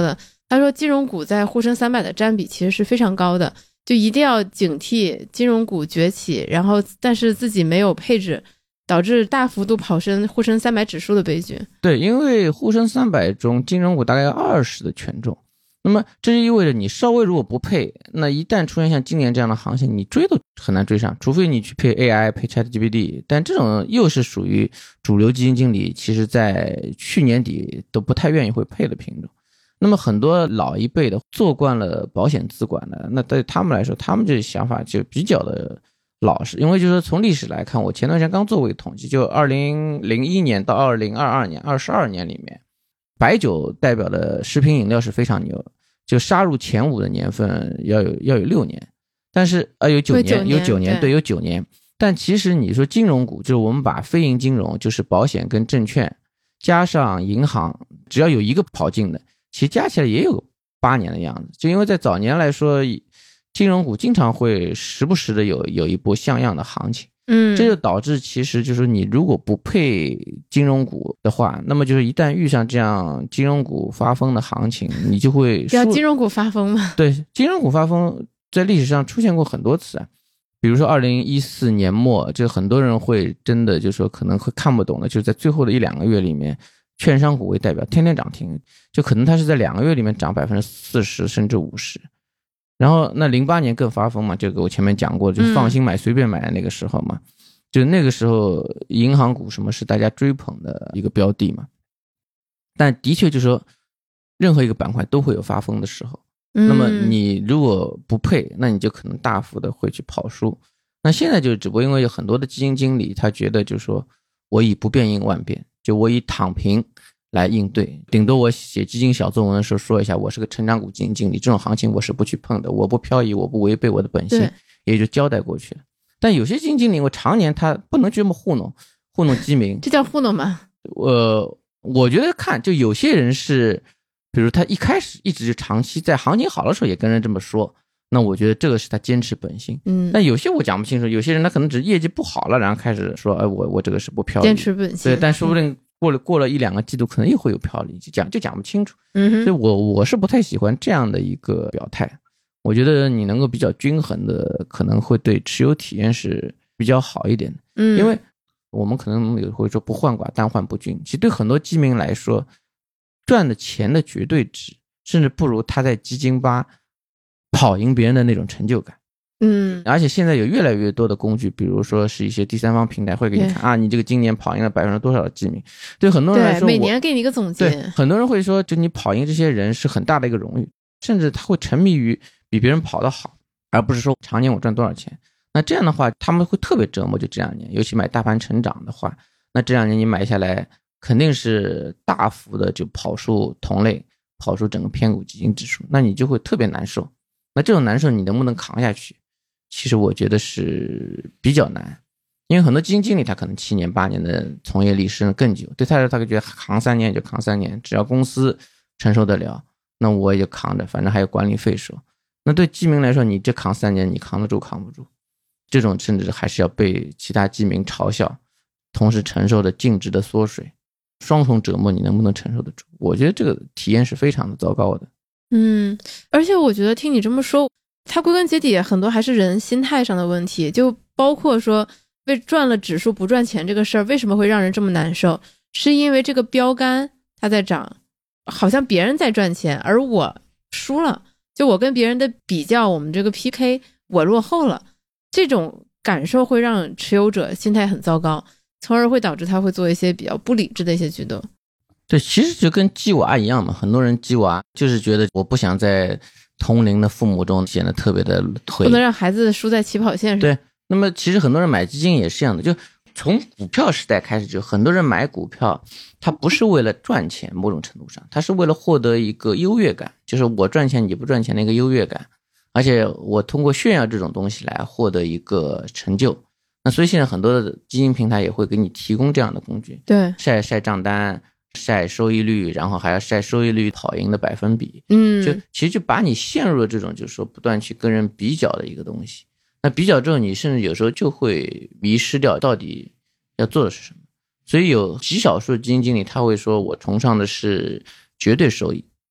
他说金融股在沪深300的占比其实是非常高的，就一定要警惕金融股崛起，然后但是自己没有配置，导致大幅度跑升沪深300指数的悲剧。 对，因为沪深300中金融股大概有20%的权重，那么这就意味着你稍微如果不配，那一旦出现像今年这样的行情，你追都很难追上，除非你去配 AI 配 ChatGPT， 但这种又是属于主流基金经理其实在去年底都不太愿意会配的品种。那么很多老一辈的做惯了保险资管的，那对他们来说，他们这想法就比较的老实，因为就是说从历史来看，我前段时间刚做过一个统计，就2001年到2022年22年里面，白酒代表的食品饮料是非常牛，就杀入前5的年份要有6年，但是有9年，有9年，对，有9年。但其实你说金融股，就是我们把非银金融，就是保险跟证券加上银行，只要有一个跑进的，其实加起来也有8年的样子。就因为在早年来说，金融股经常会时不时的有一波像样的行情，这就导致其实就是你如果不配金融股的话，那么就是一旦遇上这样金融股发疯的行情，你就会要金融股发疯吗？ 对，金融股发疯在历史上出现过很多次啊，比如说2014年末，就很多人会真的就说可能会看不懂的，就是在最后的1-2个月里面，券商股为代表天天涨停，就可能它是在2个月里面涨40%甚至50%。然后那08年更发疯嘛，这个我前面讲过，就放心买随便买的那个时候嘛，就那个时候银行股什么是大家追捧的一个标的嘛。但的确就是说任何一个板块都会有发疯的时候，那么你如果不配，那你就可能大幅的会去跑输。那现在就只不过因为有很多的基金经理他觉得就是说我以不变应万变，就我以躺平来应对，顶多我写基金小作文的时候说一下我是个成长股基金经理，这种行情我是不去碰的，我不漂移，我不违背我的本性，也就交代过去了。但有些基金经理我常年他不能这么糊弄基民， 这叫糊弄吗？ 我觉得看就有些人是比如他一开始一直就长期在行情好的时候也跟人这么说，那我觉得这个是他坚持本性。但有些我讲不清楚，有些人他可能只是业绩不好了，然后开始说我这个是不漂移， 坚持本性。 对，但说不定过了1-2个季度可能又会有漂移，就讲不清楚。所以我是不太喜欢这样的一个表态。我觉得你能够比较均衡的，可能会对持有体验是比较好一点的。因为我们可能有会说不患寡但患不均，其实对很多基民来说，赚的钱的绝对值甚至不如他在基金吧跑赢别人的那种成就感。而且现在有越来越多的工具，比如说是一些第三方平台会给你看啊，你这个今年跑赢了多少的基民。对很多人来说， 每年给你一个总结。 对很多人会说，就你跑赢这些人是很大的一个荣誉，甚至他会沉迷于比别人跑得好，而不是说常年我赚多少钱。那这样的话，他们会特别折磨，就这2年，尤其买大盘成长的话，那这2年你买下来，肯定是大幅的就跑输同类，跑输整个偏股基金指数，那你就会特别难受。那这种难受你能不能扛下去？其实我觉得是比较难，因为很多基金经理他可能7年8年的从业历史更久，对他来说他就觉得扛3年就扛3年，只要公司承受得了，那我也就扛着，反正还有管理费收。那对基民来说，你这扛3年你扛得住扛不住？这种甚至还是要被其他基民嘲笑，同时承受着净值的缩水，双重折磨，你能不能承受得住？我觉得这个体验是非常的糟糕的。 而且我觉得听你这么说，它归根结底很多还是人心态上的问题，就包括说为赚了指数不赚钱这个事儿，为什么会让人这么难受？是因为这个标杆它在涨，好像别人在赚钱，而我输了，就我跟别人的比较，我们这个 PK 我落后了，这种感受会让持有者心态很糟糕，从而会导致他会做一些比较不理智的一些举动。 对，其实就跟鸡娃一样嘛，很多人鸡娃就是觉得我不想在同龄的父母中显得特别的颓， 不能让孩子输在起跑线上。 对，那么其实很多人买基金也是这样的，就从股票时代开始，就很多人买股票他不是为了赚钱，某种程度上他是为了获得一个优越感，就是我赚钱你不赚钱的一个优越感，而且我通过炫耀这种东西来获得一个成就。那所以现在很多的基金平台也会给你提供这样的工具， 对， 晒账单，晒收益率，然后还要晒收益率跑赢的百分比。就其实就把你陷入了这种就是说不断去跟人比较的一个东西。那比较之后，你甚至有时候就会迷失掉到底要做的是什么。所以有极少数基金经理他会说，我崇尚的是绝对收益，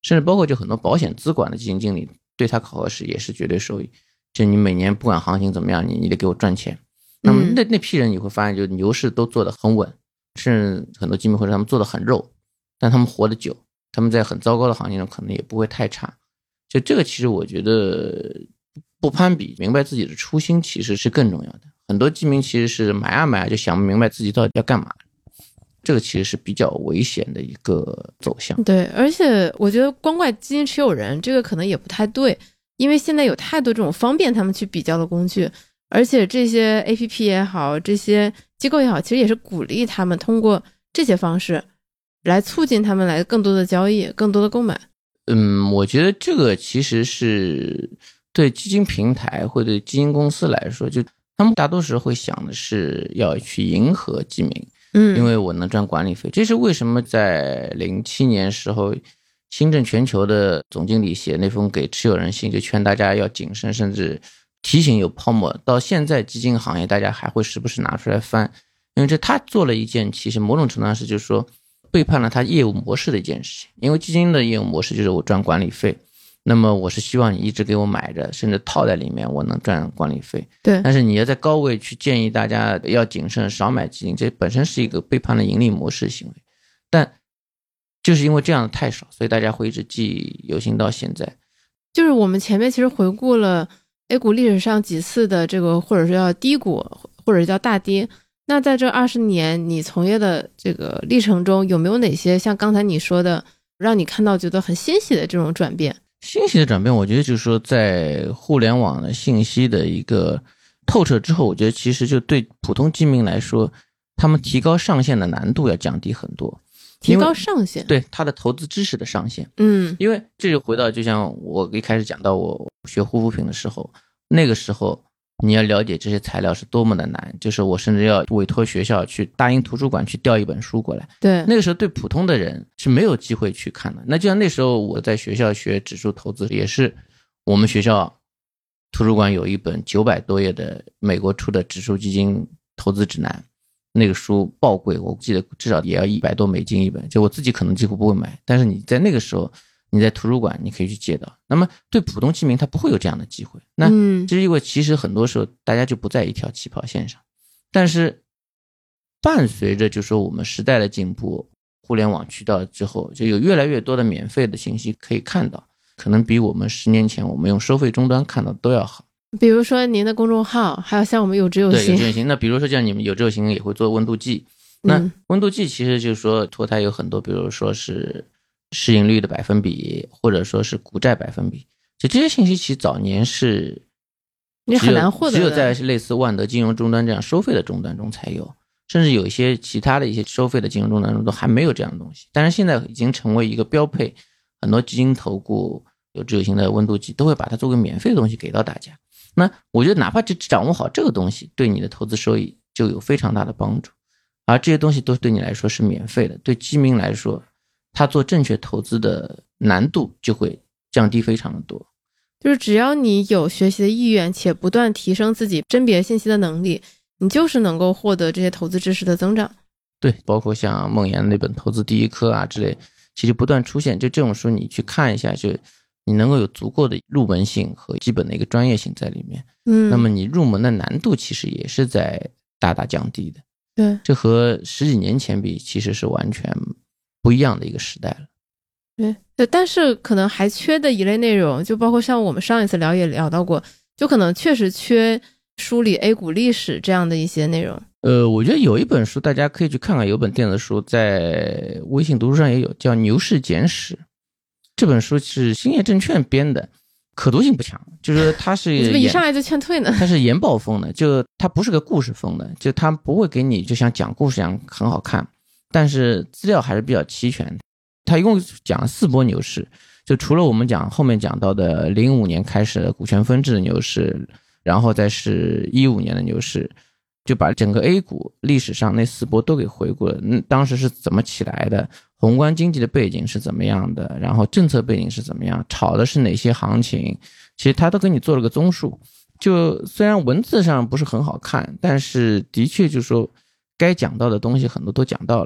甚至包括就很多保险资管的基金经理对他考核时也是绝对受益，就你每年不管行情怎么样，你得给我赚钱。那么那批人你会发现，就牛市都做得很稳，甚至很多基金会他们做得很肉，但他们活得久，他们在很糟糕的行情中可能也不会太差。就这个其实我觉得不攀比，明白自己的初心其实是更重要的。很多基民其实是买啊买啊就想不明白自己到底要干嘛，这个其实是比较危险的一个走向。 对，而且我觉得光怪基金持有人这个可能也不太对，因为现在有太多这种方便他们去比较的工具，而且这些 APP 也好，这些机构也好，其实也是鼓励他们通过这些方式来促进他们来更多的交易，更多的购买。 我觉得这个其实是对基金平台或者对基金公司来说，就他们大多时会想的是要去迎合基民，因为我能赚管理费。这是为什么在07年时候，新政全球的总经理写那封给持有人信，就劝大家要谨慎，甚至提醒有泡沫。到现在基金行业大家还会时不时拿出来翻，因为他做了一件其实某种程度上是就是说背叛了他业务模式的一件事情。因为基金的业务模式就是我赚管理费，那么我是希望你一直给我买着，甚至套在里面，我能赚管理费。 对， 但是你要在高位去建议大家要谨慎，少买基金，这本身是一个背叛了盈利模式行为。但就是因为这样的太少，所以大家会一直记忆犹新到现在。 就是我们前面其实回顾了 A 股历史上几次的这个或者是叫低谷，或者叫大跌。那在这20年你从业的这个历程中，有没有哪些像刚才你说的让你看到觉得很欣喜的这种转变？ 欣喜的转变，我觉得就是说在互联网的信息的一个透彻之后，我觉得其实就对普通基民来说，他们提高上限的难度要降低很多。 提高上限？ 对，他的投资知识的上限。因为这就回到就像我一开始讲到我学护肤品的时候，那个时候你要了解这些材料是多么的难，就是我甚至要委托学校去大英图书馆去调一本书过来。 对， 那个时候对普通的人是没有机会去看的。那就像那时候我在学校学指数投资，也是我们学校图书馆有一本900多页的美国出的指数基金投资指南，那个书爆贵，我记得至少也要$100多一本，就我自己可能几乎不会买，但是你在那个时候你在图书馆你可以去借到。那么对普通基民他不会有这样的机会，那这是因为其实很多时候大家就不在一条起跑线上。但是伴随着就是说我们时代的进步，互联网渠道之后，就有越来越多的免费的信息可以看到，可能比我们10年前我们用收费终端看到都要好。 比如说您的公众号，还有像我们有知有行。 对，有知有行。那比如说像你们有知有行也会做温度计，那温度计其实就是说脱胎有很多，比如说是市盈率的百分比，或者说是股债百分比，就这些信息其实早年是你很难获得的， 只有在类似万德金融终端这样收费的终端中才有，甚至有一些其他的一些收费的金融终端中都还没有这样的东西。但是现在已经成为一个标配，很多基金投顾有知有行的温度计都会把它做个免费的东西给到大家。那我觉得哪怕只掌握好这个东西，对你的投资收益就有非常大的帮助。而这些东西都对你来说是免费的，对基民来说他做正确投资的难度就会降低非常的多。 就是只要你有学习的意愿，且不断提升自己甄别信息的能力，你就是能够获得这些投资知识的增长。 对，包括像孟岩那本投资第一课啊之类，其实不断出现，就这种书你去看一下，就你能够有足够的入门性和基本的一个专业性在里面。那么你入门的难度其实也是在大大降低的。 对， 这和10几年前比其实是完全不一样的一个时代了。 对，但是可能还缺的一类内容，就包括像我们上一次聊也聊到过，就可能确实缺梳理 A 股历史这样的一些内容。 我觉得有一本书大家可以去看看，有本电子书在微信读书上也有，叫《牛市简史》。这本书是兴业证券编的，可读性不强，就是它是你怎么一上来就劝退呢？ 它是研报风的，就它不是个故事风的，就它不会给你就像讲故事一样很好看，但是资料还是比较齐全。它一共讲了4波牛市，就除了我们后面讲到的05年开始的股权分置的牛市，然后再是15年的牛市，就把整个 A 股历史上那4波都给回顾了。当时是怎么起来的，宏观经济的背景是怎么样的，然后政策背景是怎么样，炒的是哪些行情，其实他都给你做了个综述。就虽然文字上不是很好看，但是的确就是说该讲到的东西很多都讲到了。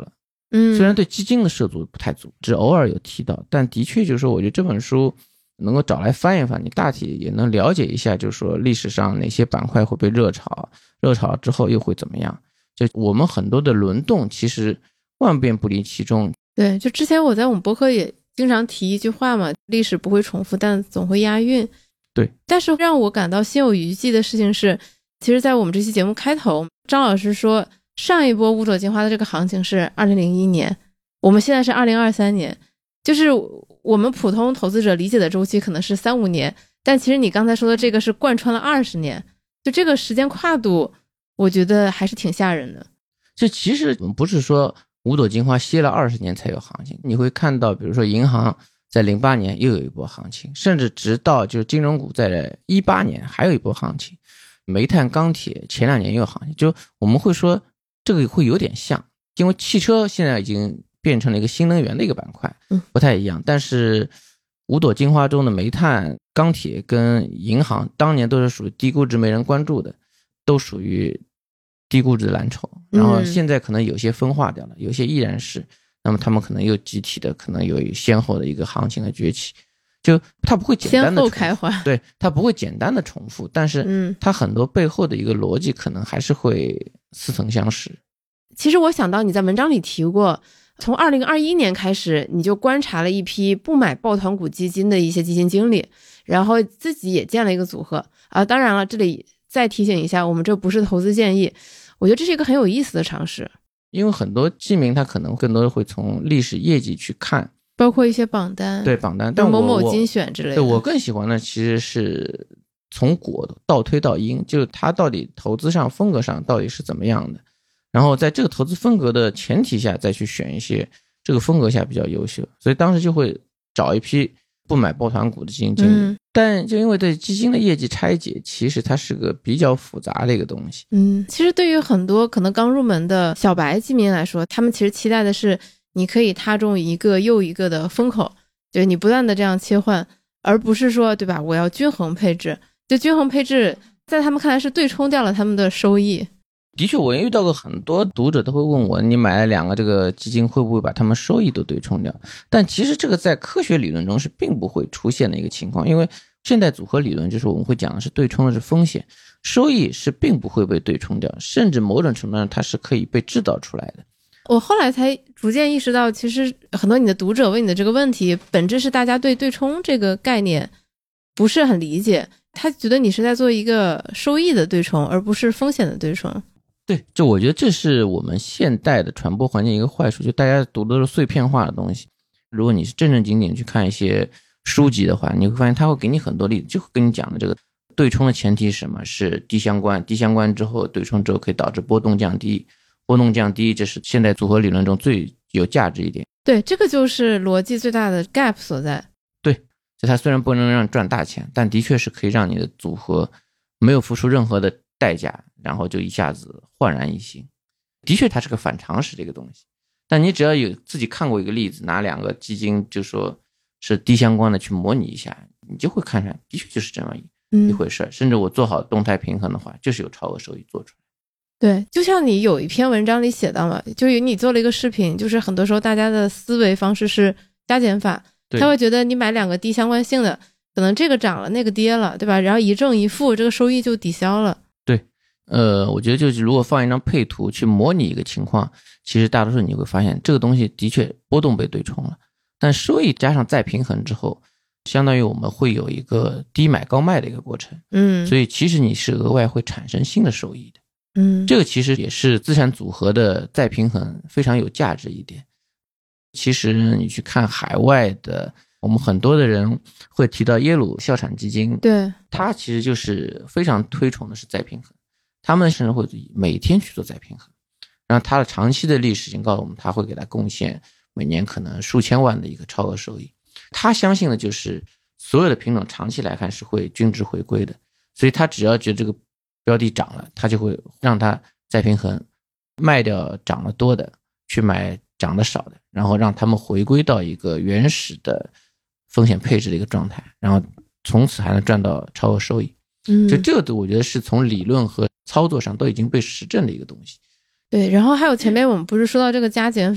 虽然对基金的涉足不太足，只偶尔有提到，但的确就是说我觉得这本书能够找来翻一翻，你大体也能了解一下，就是说历史上哪些板块会被热炒之后又会怎么样，就我们很多的轮动其实万变不离其中。 对，就之前我在我们博客也经常提一句话嘛，历史不会重复，但总会押韵。 对， 但是让我感到心有余悸的事情是，其实在我们这期节目开头，张老师说上一波五朵金花的这个行情是2001年，我们现在是2023年，就是我们普通投资者理解的周期可能是3-5年，但其实你刚才说的这个是贯穿了20年，就这个时间跨度我觉得还是挺吓人的。 这其实不是说五朵金花歇了20年才有行情，你会看到比如说银行在08年又有一波行情，甚至直到就是金融股在18年还有一波行情，煤炭钢铁前2年又有行情，就我们会说这个会有点像，因为汽车现在已经变成了一个新能源的一个板块，不太一样，但是五朵金花中的煤炭钢铁跟银行当年都是属于低估值没人关注的，都属于低估值的蓝筹，然后现在可能有些分化掉了，有些依然是，那么他们可能又集体的可能有先后的一个行情的崛起，就它不会简单的先后开花， 对，它不会简单的重复，但是它很多背后的一个逻辑可能还是会似曾相识。 其实我想到你在文章里提过，从2021年开始你就观察了一批不买抱团股基金的一些基金经理，然后自己也建了一个组合啊。当然了，这里再提醒一下，我们这不是投资建议，我觉得这是一个很有意思的尝试。 因为很多基民他可能更多的会从历史业绩去看， 包括一些榜单， 对榜单，但某某精选之类的。 对，我更喜欢的其实是从果倒推到因，就是他到底投资上风格上到底是怎么样的，然后在这个投资风格的前提下再去选一些这个风格下比较优秀，所以当时就会找一批不买抱团股的基金经理，但就因为对基金的业绩拆解，其实它是个比较复杂的一个东西。 其实对于很多可能刚入门的小白基民来说，他们其实期待的是你可以踏中一个又一个的风口，就是你不断的这样切换，而不是说对吧，我要均衡配置，就均衡配置在他们看来是对冲掉了他们的收益。 的确，我遇到过很多读者都会问我，你买了2个这个基金会不会把他们收益都对冲掉？但其实这个在科学理论中是并不会出现的一个情况，因为现代组合理论就是我们会讲的是对冲的是风险，收益是并不会被对冲掉，甚至某种程度上它是可以被制造出来的。 我后来才逐渐意识到，其实很多你的读者问你的这个问题，本质是大家对对冲这个概念不是很理解，他觉得你是在做一个收益的对冲，而不是风险的对冲。 对，就我觉得这是我们现代的传播环境一个坏处，就大家读的都是碎片化的东西。如果你是正正经经去看一些书籍的话，你会发现他会给你很多例子，就会跟你讲的这个对冲的前提是什么，是低相关，低相关之后对冲之后可以导致波动降低，波动降低这是现代组合理论中最有价值一点。 对，这个就是逻辑最大的 gap 所在。 对，就它虽然不能让你赚大钱，但的确是可以让你的组合没有付出任何的代价，然后就一下子焕然一新。的确它是个反常识这个东西，但你只要有自己看过一个例子，拿2个基金就说是低相关的去模拟一下，你就会看出来的确就是这么一回事，甚至我做好动态平衡的话，就是有超额收益做出来。 对，就像你有一篇文章里写到嘛，就是你做了一个视频，就是很多时候大家的思维方式是加减法，他会觉得你买2个低相关性的，可能这个涨了那个跌了，对吧？然后一正一负，这个收益就抵消了。 对，我觉得就是如果放一张配图去模拟一个情况，其实大多数你会发现这个东西的确波动被对冲了，但收益加上再平衡之后，相当于我们会有一个低买高卖的一个过程。所以其实你是额外会产生新的收益的。这个其实也是资产组合的再平衡非常有价值一点。其实你去看海外的，我们很多的人会提到耶鲁校产基金， 对， 它其实就是非常推崇的是再平衡，他们甚至会每天去做再平衡，然后它的长期的历史已经告诉我们，它会给它贡献每年可能数千万的一个超额收益。他相信的就是所有的品种长期来看是会均值回归的，所以他只要觉得这个标的涨了，他就会让它再平衡，卖掉涨得多的，去买涨得少的，然后让他们回归到一个原始的风险配置的一个状态，然后从此还能赚到超额收益。就这个我觉得是从理论和操作上都已经被实证的一个东西。 对，然后还有前面我们不是说到这个加减法，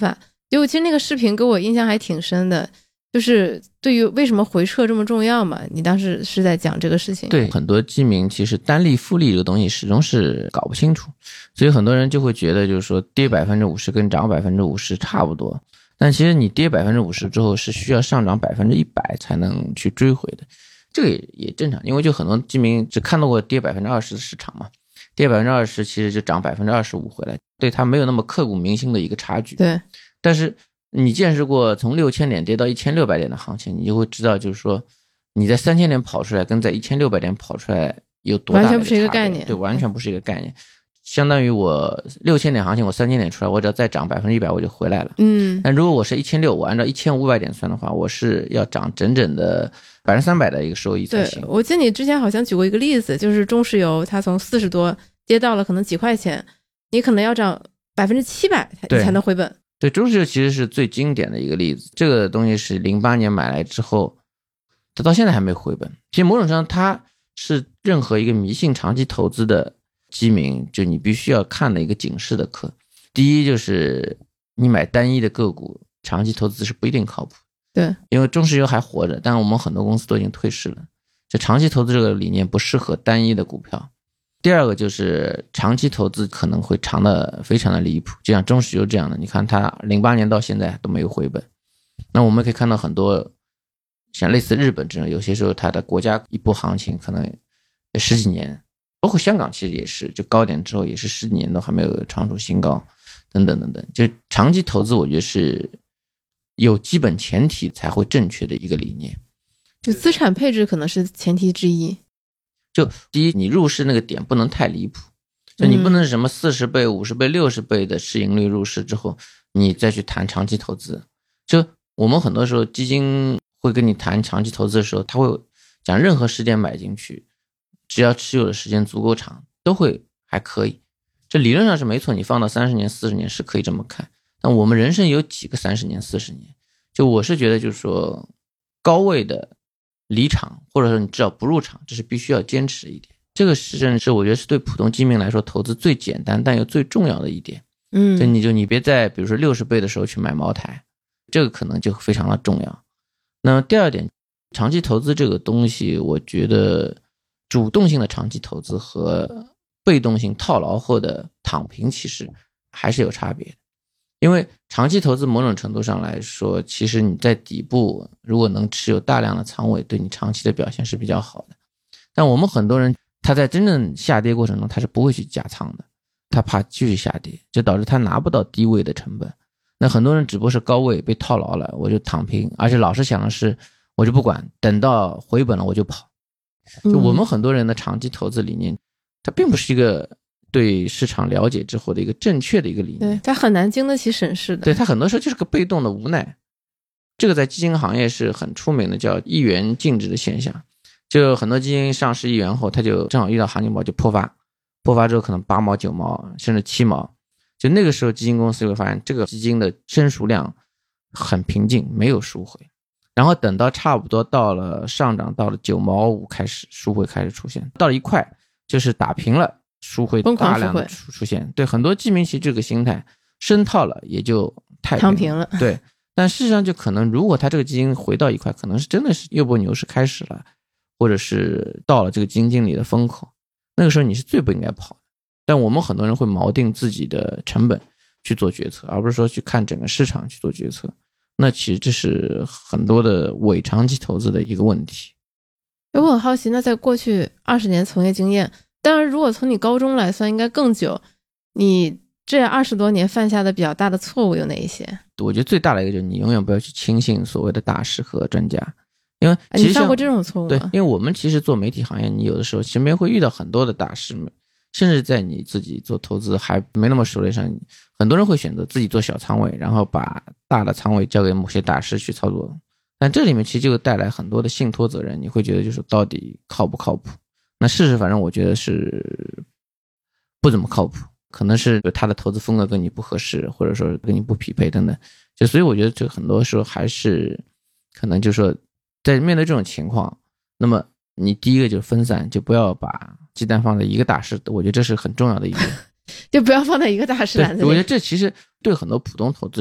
就其实那个视频给我印象还挺深的，就是对于为什么回撤这么重要嘛，你当时是在讲这个事情。 对，很多基民其实单利复利这个东西始终是搞不清楚，所以很多人就会觉得就是说跌 50% 跟涨 50% 差不多，但其实你跌 50% 之后是需要上涨 100% 才能去追回的。这个也正常，因为就很多基民只看到过跌 20% 的市场嘛，跌 20% 其实就涨 25% 回来，对它没有那么刻骨铭心的一个差距。 对， 但是你见识过从6000点跌到1600点的行情，你就会知道就是说你在3000点跑出来跟在1600点跑出来有多大的差别， 完全不是一个概念。 对，完全不是一个概念。相当于我6000点行情，我3000点出来，我只要再涨 100% 我就回来了。但如果我是1600，我按照1500点算的话，我是要涨整整的300%的一个收益才行。 对，我记得你之前好像举过一个例子，就是中石油它从40多跌到了可能几块钱，你可能要涨700%你才能回本。 对，中石油其实是最经典的一个例子。这个东西是08年买来之后，它到现在还没回本。其实某种程度上，它是任何一个迷信长期投资的基民，就你必须要看的一个警示的课。第一就是你买单一的个股，长期投资是不一定靠谱。 对， 因为中石油还活着，但我们很多公司都已经退市了。就长期投资这个理念不适合单一的股票。第二个就是长期投资可能会长得非常的离谱，就像中石油这样的，你看它08年到现在都没有回本。那我们可以看到很多像类似日本这种，有些时候它的国家一波行情可能十几年，包括香港其实也是，就高点之后也是10几年都还没有创出新高等等等等。就长期投资我觉得是有基本前提才会正确的一个理念， 就资产配置可能是前提之一。 就第一，你入市那个点不能太离谱，就你不能什么40倍、50倍、60倍的市盈率入市之后，你再去谈长期投资。就我们很多时候基金会跟你谈长期投资的时候，他会讲任何时间买进去，只要持有的时间足够长，都会还可以。这理论上是没错，你放到30年、40年是可以这么看。但我们人生有几个30年、40年？就我是觉得就是说高位的离场，或者说你至少不入场，这是必须要坚持的一点。这个实际是我觉得是对普通基民来说投资最简单但又最重要的一点。就你别在比如说60倍的时候去买茅台，这个可能就非常的重要。那么第二点，长期投资这个东西，我觉得主动性的长期投资和被动性套牢后的躺平其实还是有差别的。因为长期投资某种程度上来说，其实你在底部如果能持有大量的仓位，对你长期的表现是比较好的。但我们很多人他在真正下跌过程中他是不会去加仓的，他怕继续下跌，就导致他拿不到低位的成本。那很多人只不过是高位被套牢了，我就躺平，而且老是想的是我就不管，等到回本了我就跑。就我们很多人的长期投资理念，它并不是一个对市场了解之后的一个正确的一个理念， 对，它很难经得起审视的。 对，它很多时候就是个被动的无奈。这个在基金行业是很出名的，叫一元净值的现象。就很多基金上市1元后，它就正好遇到行情不好就破发，破发之后可能8毛、9毛甚至7毛，就那个时候基金公司会发现这个基金的申赎量很平静，没有赎回。然后等到差不多到了上涨到了9毛5开始赎回开始出现，到了1块就是打平了，赎回大量的出现。对，很多基民其实这个心态深套了也就太躺平了。 对，但事实上就可能如果他这个基金回到1块，可能是真的是右波牛市开始了，或者是到了这个基金经理的风口，那个时候你是最不应该跑的。但我们很多人会锚定自己的成本去做决策，而不是说去看整个市场去做决策。那其实这是很多的伪长期投资的一个问题。 我很好奇，那在过去20年从业经验，当然如果从你高中来算应该更久，你这20多年犯下的比较大的错误有哪一些？ 我觉得最大的一个就是你永远不要去轻信所谓的大师和专家，因为其实你犯过这种错误吗？ 对，因为我们其实做媒体行业，你有的时候身边会遇到很多的大师们，甚至在你自己做投资还没那么熟练上，很多人会选择自己做小仓位，然后把大的仓位交给某些大师去操作。但这里面其实就带来很多的信托责任，你会觉得就是到底靠不靠谱？那事实反正我觉得是不怎么靠谱，可能是他的投资风格跟你不合适，或者说跟你不匹配等等。就所以我觉得这很多时候还是可能就是说在面对这种情况，那么你第一个就是分散，就不要把鸡蛋放在一个大师，我觉得这是很重要的一点。 就不要放在一个大师篮子里。 我觉得这其实对很多普通投资者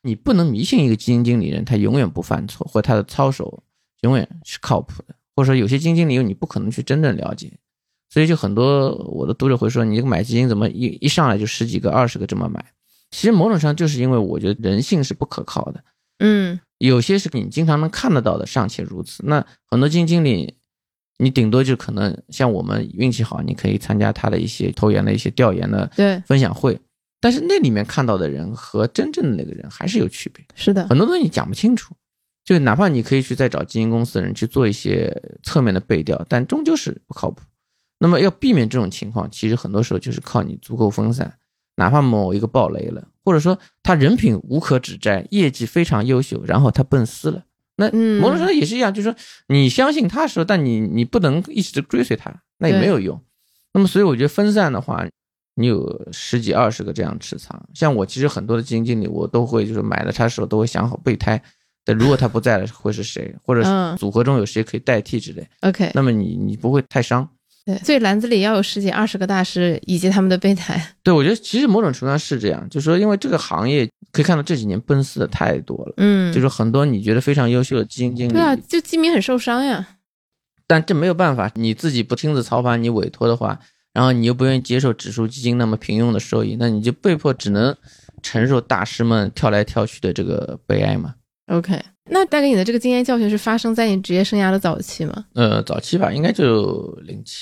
你不能迷信一个基金经理人他永远不犯错，或他的操守永远是靠谱的，或者说有些基金经理你不可能去真正了解。所以就很多我的读者会说，你买基金怎么一上来就10几个20个这么买。其实某种上就是因为我觉得人性是不可靠的，有些是你经常能看得到的尚且如此，那很多基金经理你顶多就可能像我们运气好，你可以参加他的一些投研的一些调研的分享会，但是那里面看到的人和真正的那个人还是有区别。 是的， 很多东西你讲不清楚，就哪怕你可以去再找基金公司的人去做一些侧面的背调，但终究是不靠谱。那么要避免这种情况，其实很多时候就是靠你足够分散，哪怕某一个爆雷了，或者说他人品无可指摘，业绩非常优秀，然后他奔私了，那某种程度也是一样，就是说你相信他的时候，但你不能一直追随他，那也没有用。那么所以我觉得分散的话，你有10几20个这样持仓，像我其实很多的基金经理我都会就是买了他的时候都会想好备胎，但如果他不在了会是谁，或者组合中有谁可以代替之类。 OK， 那么你不会太伤。 对，所以篮子里要有10几20个大师以及他们的备胎。 对，我觉得其实某种程度上是这样，就是说因为这个行业可以看到这几年奔四的太多了，就是很多你觉得非常优秀的基金经理， 对啊，就基民很受伤呀。 但这没有办法，你自己不亲自操盘，你委托的话，然后你又不愿意接受指数基金那么平庸的收益，那你就被迫只能承受大师们跳来跳去的这个悲哀嘛。 OK， 那带给你的这个经验教训是发生在你职业生涯的早期吗？ 早期吧，应该就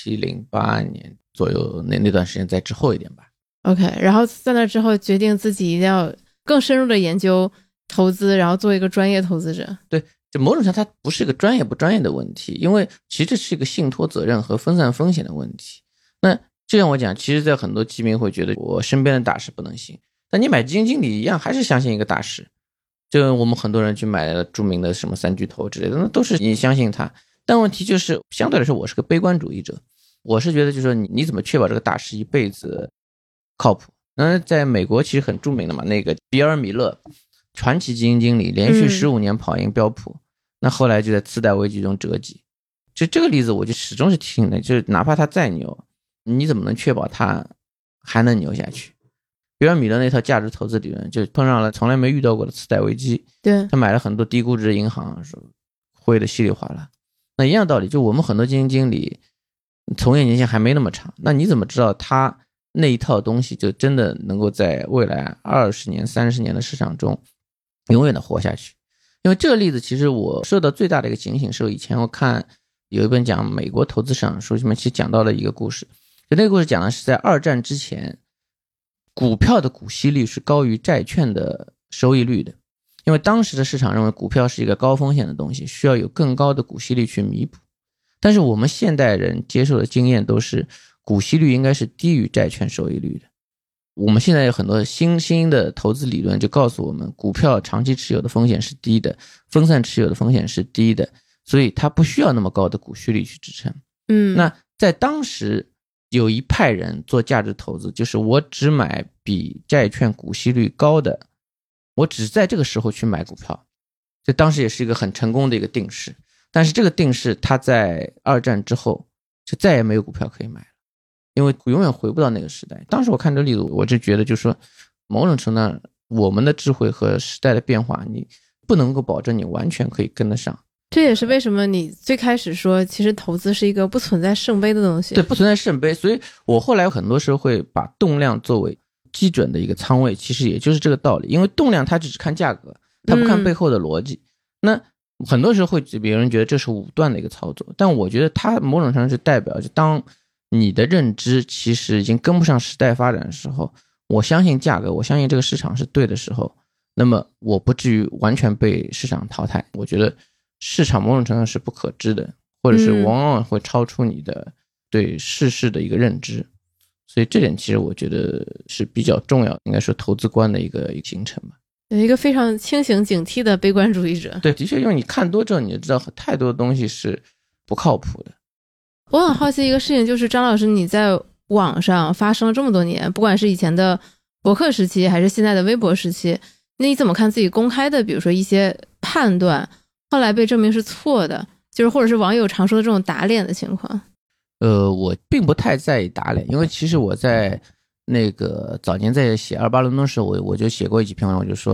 07、08年左右，那段时间在之后一点吧。 OK， 然后在那之后决定自己一定要更深入的研究投资，然后做一个专业投资者。 对，就某种上它不是一个专业不专业的问题，因为其实这是一个信托责任和分散风险的问题。那就像我讲，其实在很多基民会觉得我身边的大师不能信，但你买基金经理一样还是相信一个大师。就我们很多人去买了著名的什么3巨头之类的，那都是你相信他。但问题就是相对来说我是个悲观主义者，我是觉得就是说你怎么确保这个大师一辈子靠谱。那在美国其实很著名的嘛，那个比尔米勒传奇基金经理连续15年跑赢标普，那后来就在次贷危机中折戟。就这个例子我就始终是提醒的，就是哪怕他再牛，你怎么能确保他还能牛下去。比尔米勒那套价值投资理论就碰上了从来没遇到过的次贷危机， 对， 他买了很多低估值的银行，灰的稀里哗啦。那一样道理，就我们很多基金经理从业年限还没那么长，那你怎么知道他那一套东西就真的能够在未来20年30年的市场中永远的活下去？因为这个例子其实我受到最大的一个警醒是，以前我看有一本讲美国投资市场的书，里面其实讲到了一个故事，就那个故事讲的是在2战之前，股票的股息率是高于债券的收益率的，因为当时的市场认为股票是一个高风险的东西，需要有更高的股息率去弥补。但是我们现代人接受的经验都是股息率应该是低于债券收益率的。我们现在有很多新的投资理论就告诉我们，股票长期持有的风险是低的，分散持有的风险是低的，所以它不需要那么高的股息率去支撑。那在当时有一派人做价值投资，就是我只买比债券股息率高的，我只在这个时候去买股票，这当时也是一个很成功的一个定式。但是这个定式它在2战之后就再也没有股票可以买了，因为永远回不到那个时代。当时我看这个例子，我就觉得就是说某种程度上我们的智慧和时代的变化，你不能够保证你完全可以跟得上。 这也是为什么你最开始说其实投资是一个不存在圣杯的东西。 对，不存在圣杯，所以我后来很多时候会把动量作为基准的一个仓位，其实也就是这个道理。因为动量它只看价格，它不看背后的逻辑。那很多时候会别人觉得这是武断的一个操作，但我觉得它某种程度是代表就当你的认知其实已经跟不上时代发展的时候，我相信价格，我相信这个市场是对的时候，那么我不至于完全被市场淘汰。我觉得市场某种程度是不可知的，或者是往往会超出你的对世事的一个认知，所以这点其实我觉得是比较重要，应该说投资观的一个形成吧。 有一个非常清醒警惕的悲观主义者。 对，的确，因为你看多之后你就知道太多的东西是不靠谱的。 我很好奇一个事情，就是张老师你在网上发生了这么多年，不管是以前的博客时期还是现在的微博时期，那你怎么看自己公开的比如说一些判断后来被证明是错的，就是或者是网友常说的这种打脸的情况？ 我并不太在意打脸，因为其实我在那个早年在写28伦敦的时候，我就写过一几篇文章，我就说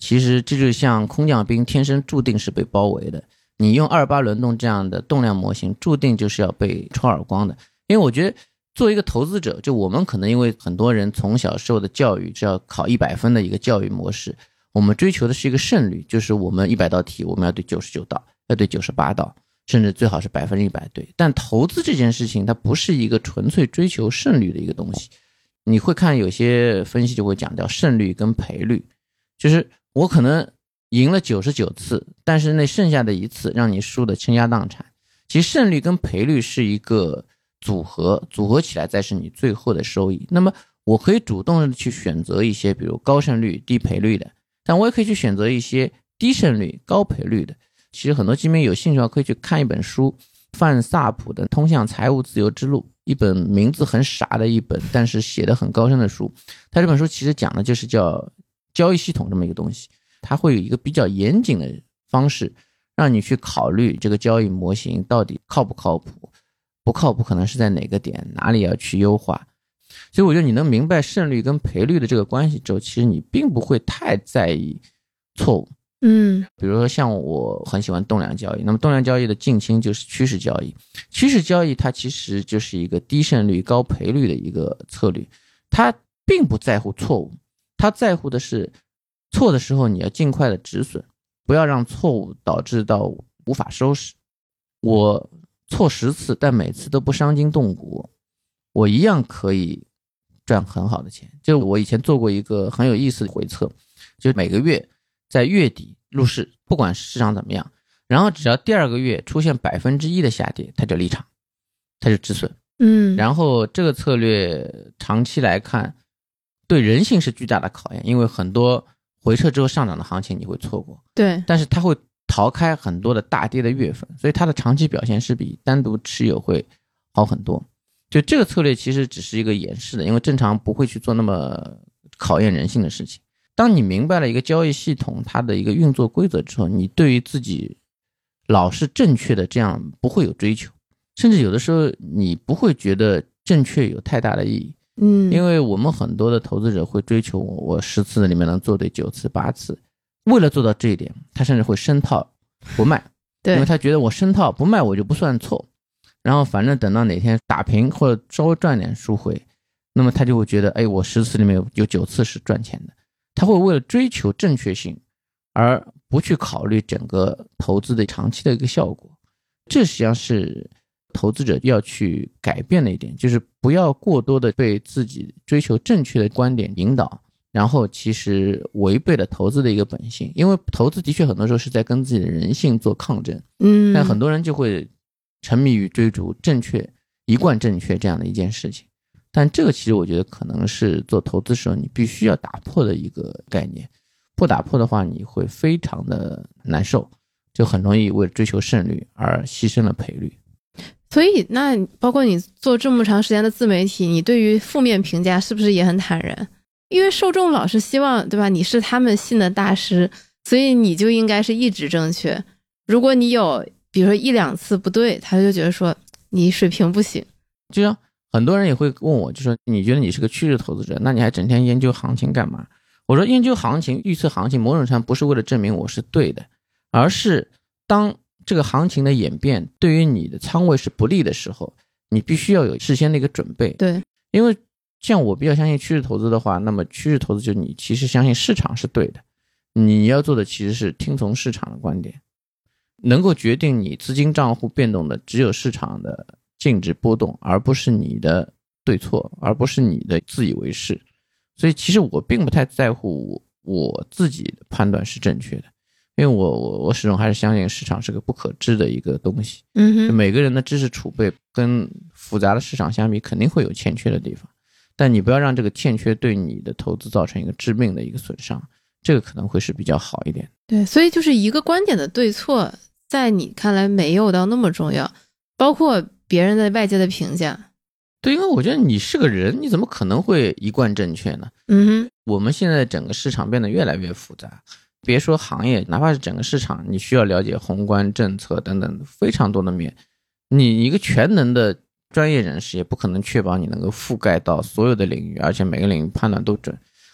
其实这就像空降兵天生注定是被包围的，你用28轮动这样的动量模型注定就是要被抽耳光的。因为我觉得作为一个投资者，就我们可能因为很多人从小受的教育是要考100分的一个教育模式，我们追求的是一个胜率，就是我们100道题我们要对99道，要对98道，甚至最好是100%对。但投资这件事情它不是一个纯粹追求胜率的一个东西，你会看有些分析就会讲到胜率跟赔率，就是我可能赢了99次，但是那剩下的一次让你输的倾家荡产。其实胜率跟赔率是一个组合起来再是你最后的收益。那么我可以主动的去选择一些比如高胜率低赔率的，但我也可以去选择一些低胜率高赔率的。其实很多基民有兴趣的话可以去看一本书，范萨普的《通向财务自由之路》，一本名字很傻的一本，但是写得很高深的书。他这本书其实讲的就是叫交易系统这么一个东西，它会有一个比较严谨的方式让你去考虑这个交易模型到底靠不靠谱，不靠谱可能是在哪个点，哪里要去优化。所以我觉得你能明白胜率跟赔率的这个关系之后，其实你并不会太在意错误。比如说像我很喜欢动量交易，那么动量交易的近亲就是趋势交易。趋势交易它其实就是一个低胜率高赔率的一个策略，它并不在乎错误，它在乎的是错的时候你要尽快的止损，不要让错误导致到无法收拾。我错10次，但每次都不伤筋动骨，我一样可以赚很好的钱。就我以前做过一个很有意思的回测，就每个月在月底入市，不管市场怎么样，然后只要第2个月出现1%的下跌，它就离场，它就止损。然后这个策略长期来看对人性是巨大的考验，因为很多回撤之后上涨的行情你会错过， 对， 但是它会逃开很多的大跌的月份，所以它的长期表现是比单独持有会好很多。就这个策略其实只是一个演示的，因为正常不会去做那么考验人性的事情。当你明白了一个交易系统它的一个运作规则之后，你对于自己老是正确的这样不会有追求，甚至有的时候你不会觉得正确有太大的意义。因为我们很多的投资者会追求我10次里面能做对9次8次，为了做到这一点他甚至会深套不卖， 对， 因为他觉得我深套不卖我就不算错，然后反正等到哪天打平或者稍微赚点赎回，那么他就会觉得我10次里面有9次是赚钱的。他会为了追求正确性而不去考虑整个投资的长期的一个效果。这实际上是投资者要去改变的一点，就是不要过多的被自己追求正确的观点引导，然后其实违背了投资的一个本性。因为投资的确很多时候是在跟自己的人性做抗争，但很多人就会沉迷于追逐正确一贯正确这样的一件事情。但这个其实我觉得可能是做投资时候你必须要打破的一个概念，不打破的话你会非常的难受，就很容易为了追求胜率而牺牲了赔率。 所以那包括你做这么长时间的自媒体，你对于负面评价是不是也很坦然？因为受众老是希望，对吧，你是他们信的大师，所以你就应该是一直正确。如果你有比如说1、2次不对，他就觉得说你水平不行。 就像很多人也会问我，就说你觉得你是个趋势投资者，那你还整天研究行情干嘛？我说研究行情预测行情某种程度不是为了证明我是对的，而是当这个行情的演变对于你的仓位是不利的时候，你必须要有事先的一个准备。 对， 因为像我比较相信趋势投资的话，那么趋势投资就你其实相信市场是对的，你要做的其实是听从市场的观点，能够决定你资金账户变动的只有市场的净值波动，而不是你的对错，而不是你的自以为是。所以其实我并不太在乎我自己的判断是正确的，因为我始终还是相信市场是个不可知的一个东西。每个人的知识储备跟复杂的市场相比肯定会有欠缺的地方，但你不要让这个欠缺对你的投资造成一个致命的一个损伤，这个可能会是比较好一点。 对，所以就是一个观点的对错在你看来没有到那么重要，包括别人的外界的评价。 对，因为我觉得你是个人，你怎么可能会一贯正确呢？我们现在整个市场变得越来越复杂，别说行业，哪怕是整个市场，你需要了解宏观政策等等非常多的面，你一个全能的专业人士也不可能确保你能够覆盖到所有的领域，而且每个领域判断都准。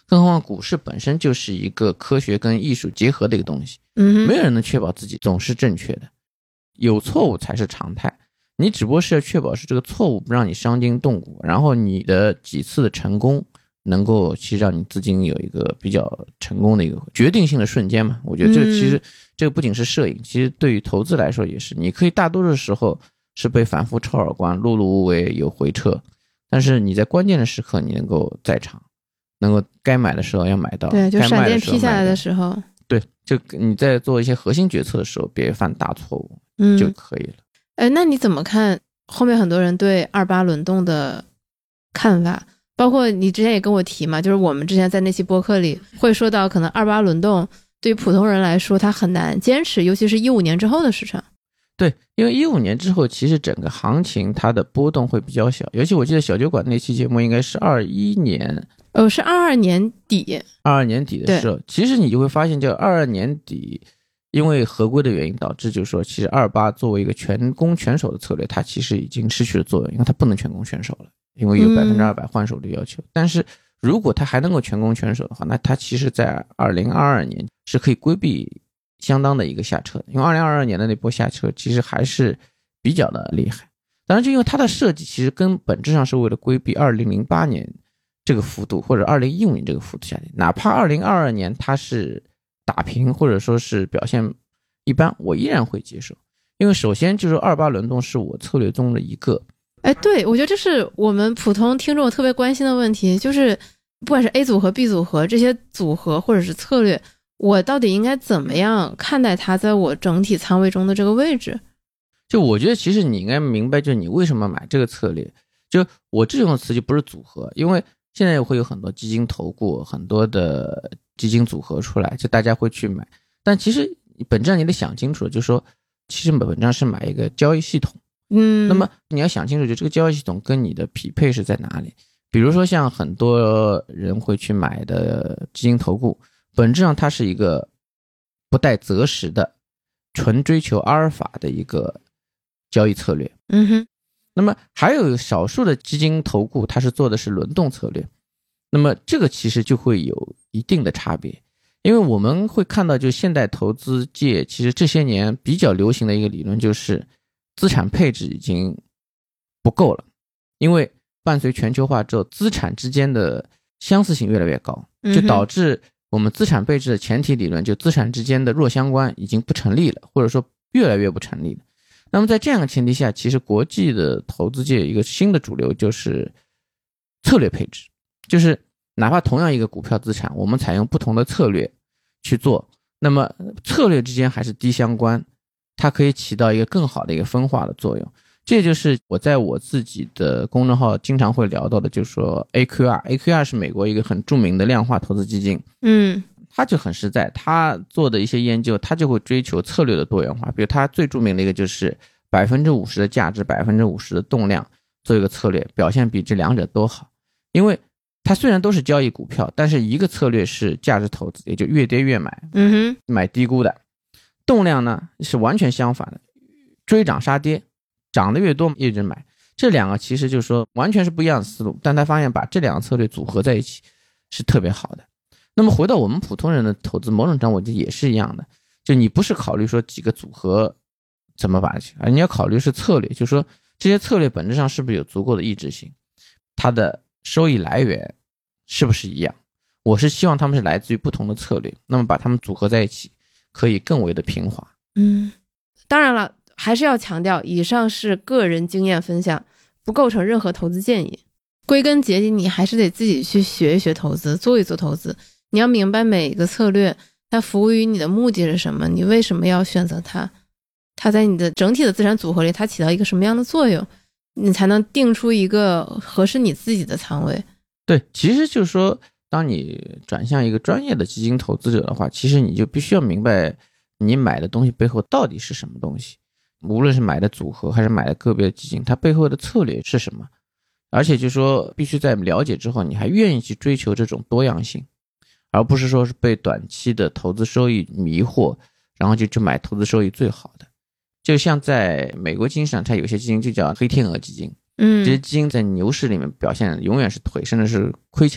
更何况股市本身就是一个科学跟艺术结合的一个东西，没有人能确保自己总是正确的，有错误才是常态。你只不过是要确保是这个错误不让你伤筋动骨，然后你的几次的成功能够其实让你资金有一个比较成功的一个决定性的瞬间嘛。我觉得这个其实这个不仅是摄影，其实对于投资来说也是，你可以大多数时候是被反复抽耳光，碌碌无为有回撤，但是你在关键的时刻你能够在场，能够该买的时候要买到， 对，就闪电劈下来的时候， 对，就你在做一些核心决策的时候别犯大错误就可以了。 那你怎么看后面很多人对28轮动的看法？包括你之前也跟我提嘛，就是我们之前在那期播客里会说到，可能28轮动对于普通人来说它很难坚持，尤其是15年之后的市场。 对，因为15年之后其实整个行情它的波动会比较小，尤其我记得小酒馆那期节目应该是21年， 是22年底 ，22年底的时候，其实你就会发现，就22年底，因为合规的原因导致，就是说，其实28作为一个全攻全守的策略，它其实已经失去了作用，因为它不能全攻全守了，因为有200%换手的要求。但是如果它还能够全攻全守的话，那它其实在2022年是可以规避相当的一个下车的，因为2022年的那波下车其实还是比较的厉害。当然，就因为它的设计其实跟本质上是为了规避2008年这个幅度，或者2015年这个幅度下跌，哪怕2022年它是打平或者说是表现一般，我依然会接受。因为首先就是28轮动是我策略中的一个。 对，我觉得这是我们普通听众特别关心的问题，就是不管是 A 组合 B 组合这些组合或者是策略，我到底应该怎么样看待它在我整体仓位中的这个位置。 就我觉得其实你应该明白，就你为什么买这个策略。就我这种词就不是组合，因为现在会有很多基金投顾，很多的基金组合出来，就大家会去买。但其实本质上你得想清楚，就是说其实本质上是买一个交易系统。那么你要想清楚，就这个交易系统跟你的匹配是在哪里。比如说像很多人会去买的基金投顾，本质上它是一个不带择时的纯追求阿尔法的一个交易策略。那么还有少数的基金投顾它是做的是轮动策略，那么这个其实就会有一定的差别。因为我们会看到，就现代投资界其实这些年比较流行的一个理论就是资产配置已经不够了，因为伴随全球化之后，资产之间的相似性越来越高，就导致我们资产配置的前提理论，就资产之间的弱相关已经不成立了，或者说越来越不成立了。那么在这样的前提下，其实国际的投资界一个新的主流就是策略配置，就是哪怕同样一个股票资产，我们采用不同的策略去做，那么策略之间还是低相关，它可以起到一个更好的一个分化的作用。这就是我在我自己的公众号经常会聊到的，就是说 AQR 是美国一个很著名的量化投资基金。他就很实在，他做的一些研究，他就会追求策略的多元化。比如他最著名的一个就是 50% 的价值 50% 的动量做一个策略，表现比这两者都好。因为它虽然都是交易股票，但是一个策略是价值投资，也就越跌越买，买低估的。动量呢是完全相反的，追涨杀跌，涨得越多一直买。这两个其实就是说完全是不一样的思路，但他发现把这两个策略组合在一起是特别好的。那么回到我们普通人的投资，某种程度上我觉得也是一样的，就你不是考虑说几个组合怎么把它去，而你要考虑是策略，就是说这些策略本质上是不是有足够的抑制性，它的收益来源是不是一样。我是希望他们是来自于不同的策略，那么把它们组合在一起可以更为的平滑。 当然了，还是要强调以上是个人经验分享，不构成任何投资建议。归根结底你还是得自己去学一学投资，做一做投资。你要明白每一个策略它服务于你的目的是什么，你为什么要选择它，它在你的整体的资产组合里它起到一个什么样的作用，你才能定出一个合适你自己的仓位。 对，其实就是说当你转向一个专业的基金投资者的话，其实你就必须要明白你买的东西背后到底是什么东西，无论是买的组合还是买的个别的基金，它背后的策略是什么。而且就是说必须在了解之后你还愿意去追求这种多样性，而不是说是被短期的投资收益迷惑，然后就去买投资收益最好的。就像在美国基金市场，它有些基金就叫黑天鹅基金，这些基金在牛市里面表现永远是腿，甚至是亏钱的。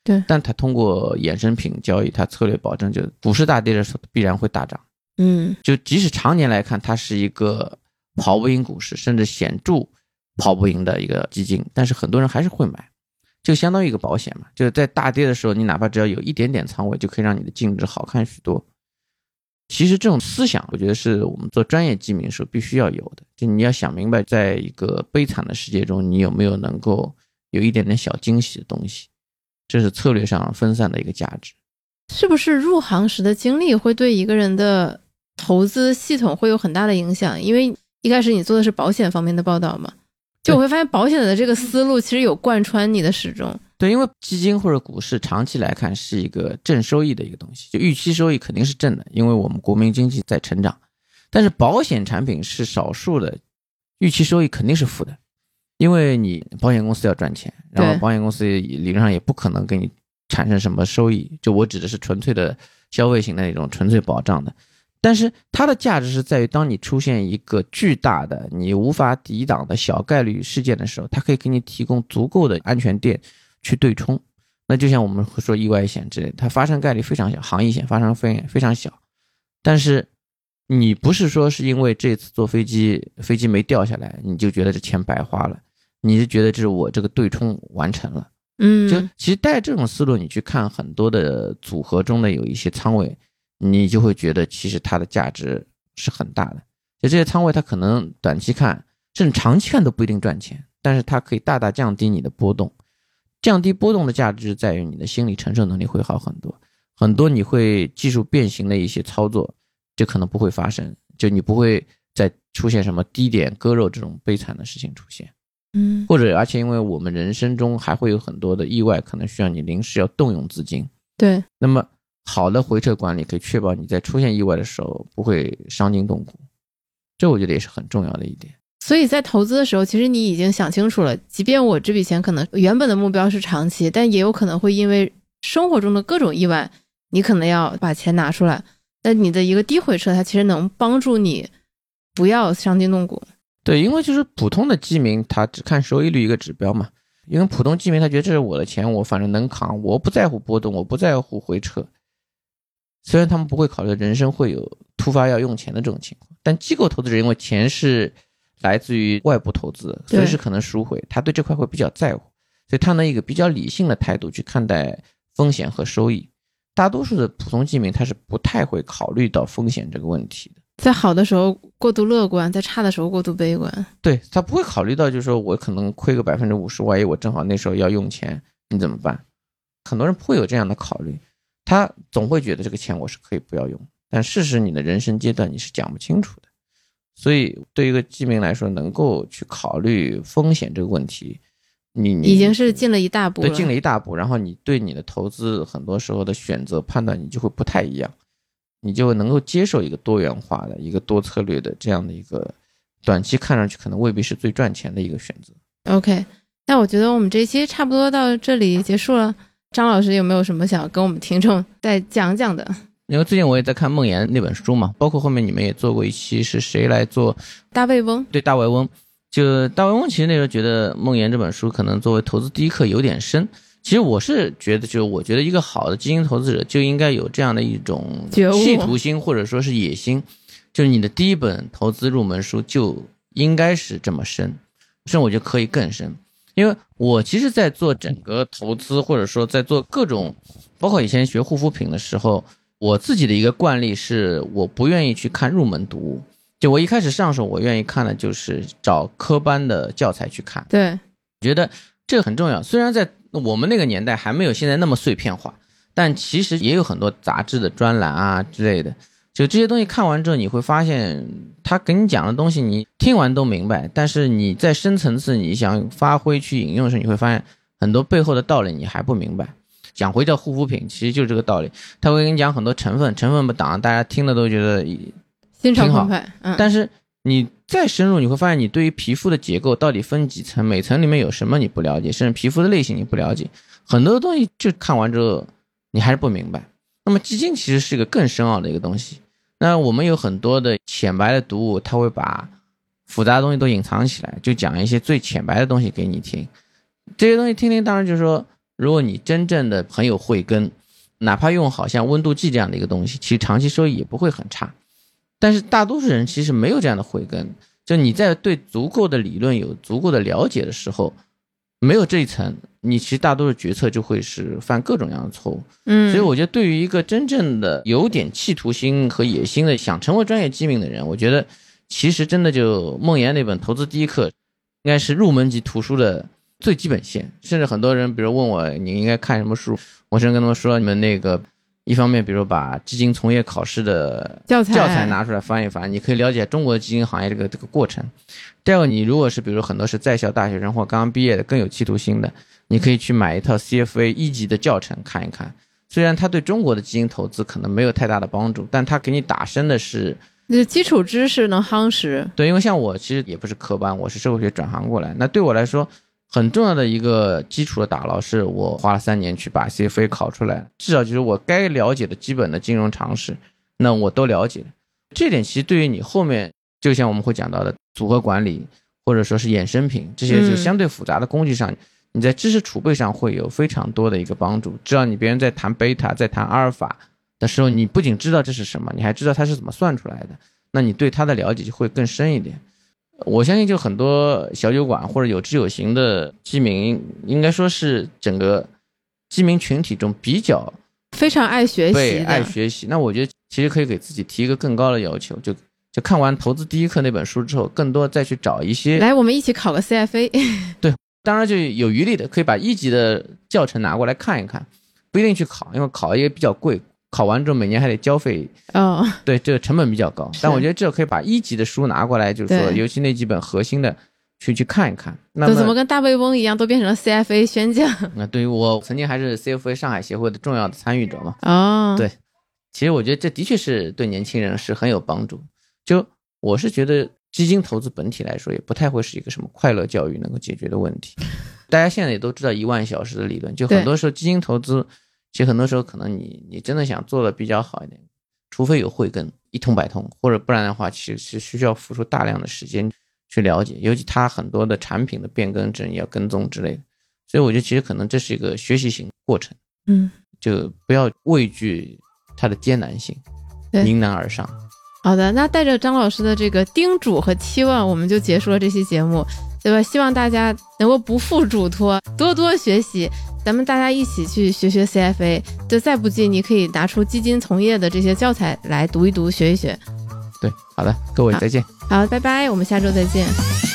对， 但它通过衍生品交易，它策略保证就股市大跌的时候必然会大涨。就即使常年来看，它是一个跑不赢股市，甚至显著跑不赢的一个基金，但是很多人还是会买，就相当于一个保险嘛。就是在大跌的时候，你哪怕只要有一点点仓位，就可以让你的净值好看许多。其实这种思想，我觉得是我们做专业基民时候必须要有的。就你要想明白，在一个悲惨的世界中，你有没有能够有一点点小惊喜的东西，这是策略上分散的一个价值。 是不是入行时的经历会对一个人的投资系统会有很大的影响？因为一开始你做的是保险方面的报道嘛，就我会发现保险的这个思路其实有贯穿你的始终。 对，因为基金或者股市长期来看是一个正收益的一个东西，就预期收益肯定是正的，因为我们国民经济在成长。但是保险产品是少数的，预期收益肯定是负的，因为你保险公司要赚钱，然后保险公司理论上也不可能给你产生什么收益，就我指的是纯粹的消费型的那种纯粹保障的。但是它的价值是在于，当你出现一个巨大的你无法抵挡的小概率事件的时候，它可以给你提供足够的安全垫去对冲。那就像我们会说意外险之类的，它发生概率非常小，行业险发生非常小。但是你不是说是因为这次坐飞机没掉下来，你就觉得这钱白花了，你是觉得这是我这个对冲完成了。就其实带这种思路，你去看很多的组合中的有一些仓位，你就会觉得其实它的价值是很大的。就这些仓位它可能短期看甚至长期看都不一定赚钱，但是它可以大大降低你的波动。降低波动的价值在于你的心理承受能力会好很多，很多你会技术变形的一些操作就可能不会发生，就你不会再出现什么低点割肉这种悲惨的事情出现。或者而且因为我们人生中还会有很多的意外，可能需要你临时要动用资金。 对， 那么好的回撤管理可以确保你在出现意外的时候不会伤筋动骨，这我觉得也是很重要的一点。 所以在投资的时候，其实你已经想清楚了，即便我这笔钱可能原本的目标是长期，但也有可能会因为生活中的各种意外，你可能要把钱拿出来。那你的一个低回撤，它其实能帮助你不要伤筋动骨。 对，因为就是普通的基民他只看收益率一个指标嘛，因为普通基民他觉得这是我的钱，我反正能扛，我不在乎波动，我不在乎回撤。虽然他们不会考虑人生会有突发要用钱的这种情况，但机构投资者因为钱是来自于外部投资，随时可能赎回，他对这块会比较在乎，所以他能一个比较理性的态度去看待风险和收益。大多数的普通基民他是不太会考虑到风险这个问题的， 在好的时候过度乐观，在差的时候过度悲观。 对，他不会考虑到就是说我可能亏个 50%， 万一我正好那时候要用钱你怎么办。很多人不会有这样的考虑，他总会觉得这个钱我是可以不要用，但事实你的人生阶段你是讲不清楚的。所以对一个基民来说，能够去考虑风险这个问题，你已经是进了一大步了。 对，进了一大步，然后你对你的投资很多时候的选择判断你就会不太一样，你就能够接受一个多元化的一个多策略的这样的一个短期看上去可能未必是最赚钱的一个选择。 OK， 那我觉得我们这一期差不多到这里结束了。张老师有没有什么想跟我们听众再讲讲的？ 因为最近我也在看孟岩那本书嘛，包括后面你们也做过一期是谁来做大卫翁。 对，大卫翁。就大卫翁其实那时候觉得孟岩这本书可能作为投资第一课有点深，其实我是觉得，就是我觉得一个好的基金投资者就应该有这样的一种企图心或者说是野心，就是你的第一本投资入门书就应该是这么深，甚至我觉得可以更深。因为我其实在做整个投资或者说在做各种包括以前学护肤品的时候，我自己的一个惯例是我不愿意去看入门读物，就我一开始上手我愿意看的就是找科班的教材去看。 对， 我觉得这个很重要。虽然在我们那个年代还没有现在那么碎片化，但其实也有很多杂志的专栏啊之类的，就这些东西看完之后你会发现他给你讲的东西你听完都明白，但是你在深层次你想发挥去引用的时候，你会发现很多背后的道理你还不明白。讲回叫护肤品其实就是这个道理，他会跟你讲很多成分档大家听了都觉得心潮澎湃， 但是你再深入你会发现你对于皮肤的结构到底分几层，每层里面有什么你不了解，甚至皮肤的类型你不了解，很多东西就看完之后你还是不明白。那么基金其实是一个更深奥的一个东西，那我们有很多的浅白的读物，他会把复杂的东西都隐藏起来，就讲一些最浅白的东西给你听，这些东西听听当然就是说如果你真正的很有慧根，哪怕用好像温度计这样的一个东西，其实长期收益也不会很差。但是大多数人其实没有这样的慧根，就你在对足够的理论有足够的了解的时候，没有这一层，你其实大多数决策就会是犯各种各样的错误。所以我觉得对于一个真正的有点企图心和野心的想成为专业机民的人，我觉得其实真的就孟岩那本投资第一课应该是入门级图书的最基本线。甚至很多人比如问我你应该看什么书，我甚至跟他们说，你们那个一方面比如把基金从业考试的教材拿出来翻一翻，你可以了解中国的基金行业这个过程。第二个，你如果是比如很多是在校大学生或刚刚毕业的更有企图心的，你可以去买一套 CFA 1级的教程看一看。虽然它对中国的基金投资可能没有太大的帮助，但它给你打深的是基础知识能夯实。 对，因为像我其实也不是科班，我是社会学转行过来，那对我来说很重要的一个基础的打牢是我花了3年去把 CFA 考出来，至少就是我该了解的基本的金融常识那我都了解。这点其实对于你后面就像我们会讲到的组合管理或者说是衍生品这些就相对复杂的工具上，你在知识储备上会有非常多的一个帮助。知道你别人在谈贝塔在谈阿尔法的时候，你不仅知道这是什么，你还知道它是怎么算出来的，那你对它的了解就会更深一点。我相信就很多小酒馆或者有知有行的基民，应该说是整个基民群体中比较非常爱学习的， 爱学习。那我觉得其实可以给自己提一个更高的要求，就看完投资第一课那本书之后，更多再去找一些来我们一起考个 CFA 对，当然就有余力的可以把1级的教程拿过来看一看，不一定去考，因为考也比较贵，考完之后每年还得交费对，这个成本比较高。但我觉得这可以把1级的书拿过来，就是说尤其那几本核心的去看一看。那么怎么跟大背翁一样都变成了 CFA 宣讲。 那对于我曾经还是 CFA 上海协会的重要的参与者嘛。对，其实我觉得这的确是对年轻人是很有帮助。就我是觉得基金投资本体来说也不太会是一个什么快乐教育能够解决的问题。大家现在也都知道1万小时的理论，就很多时候基金投资其实很多时候可能你真的想做的比较好一点，除非有慧根一通百通，或者不然的话其实是需要付出大量的时间去了解，尤其它很多的产品的变更证也要跟踪之类的。所以我觉得其实可能这是一个学习型过程，就不要畏惧它的艰难性，迎难而上。 好的，那带着张老师的这个叮嘱和期望，我们就结束了这期节目，对吧？希望大家能够不负嘱托，多多学习，咱们大家一起去学学 CFA， 就再不济你可以拿出基金从业的这些教材来读一读学一学。 对，好的，各位再见。 好，拜拜，我们下周再见。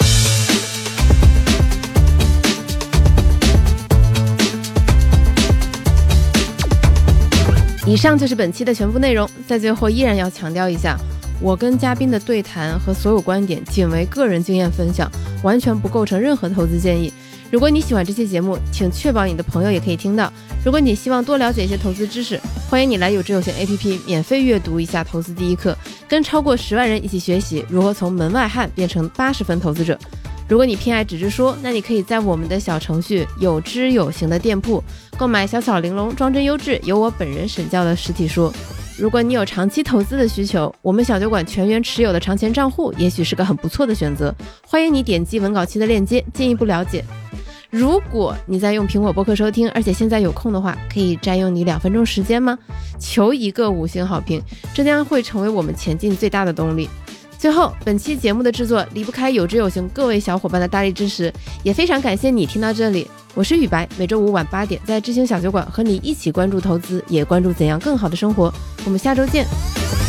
以上就是本期的全部内容，在最后依然要强调一下，我跟嘉宾的对谈和所有观点仅为个人经验分享，完全不构成任何投资建议。如果你喜欢这期节目，请确保你的朋友也可以听到。如果你希望多了解一些投资知识，欢迎你来有知有行 APP 免费阅读一下投资第一课，跟超过10万人一起学习如何从门外汉变成80分投资者。如果你偏爱纸质书，那你可以在我们的小程序有知有行的店铺购买小巧玲珑装帧优质由我本人审校的实体书。如果你有长期投资的需求，我们小酒馆全员持有的长钱账户也许是个很不错的选择，欢迎你点击文稿期的链接进一步了解。如果你在用苹果播客收听，而且现在有空的话，可以占用你2分钟时间吗？求一个5星好评，这将会成为我们前进最大的动力。最后，本期节目的制作离不开有知有行各位小伙伴的大力支持，也非常感谢你听到这里。我是雨白，每周5晚8点在知行小酒馆和你一起关注投资，也关注怎样更好的生活。我们下周见。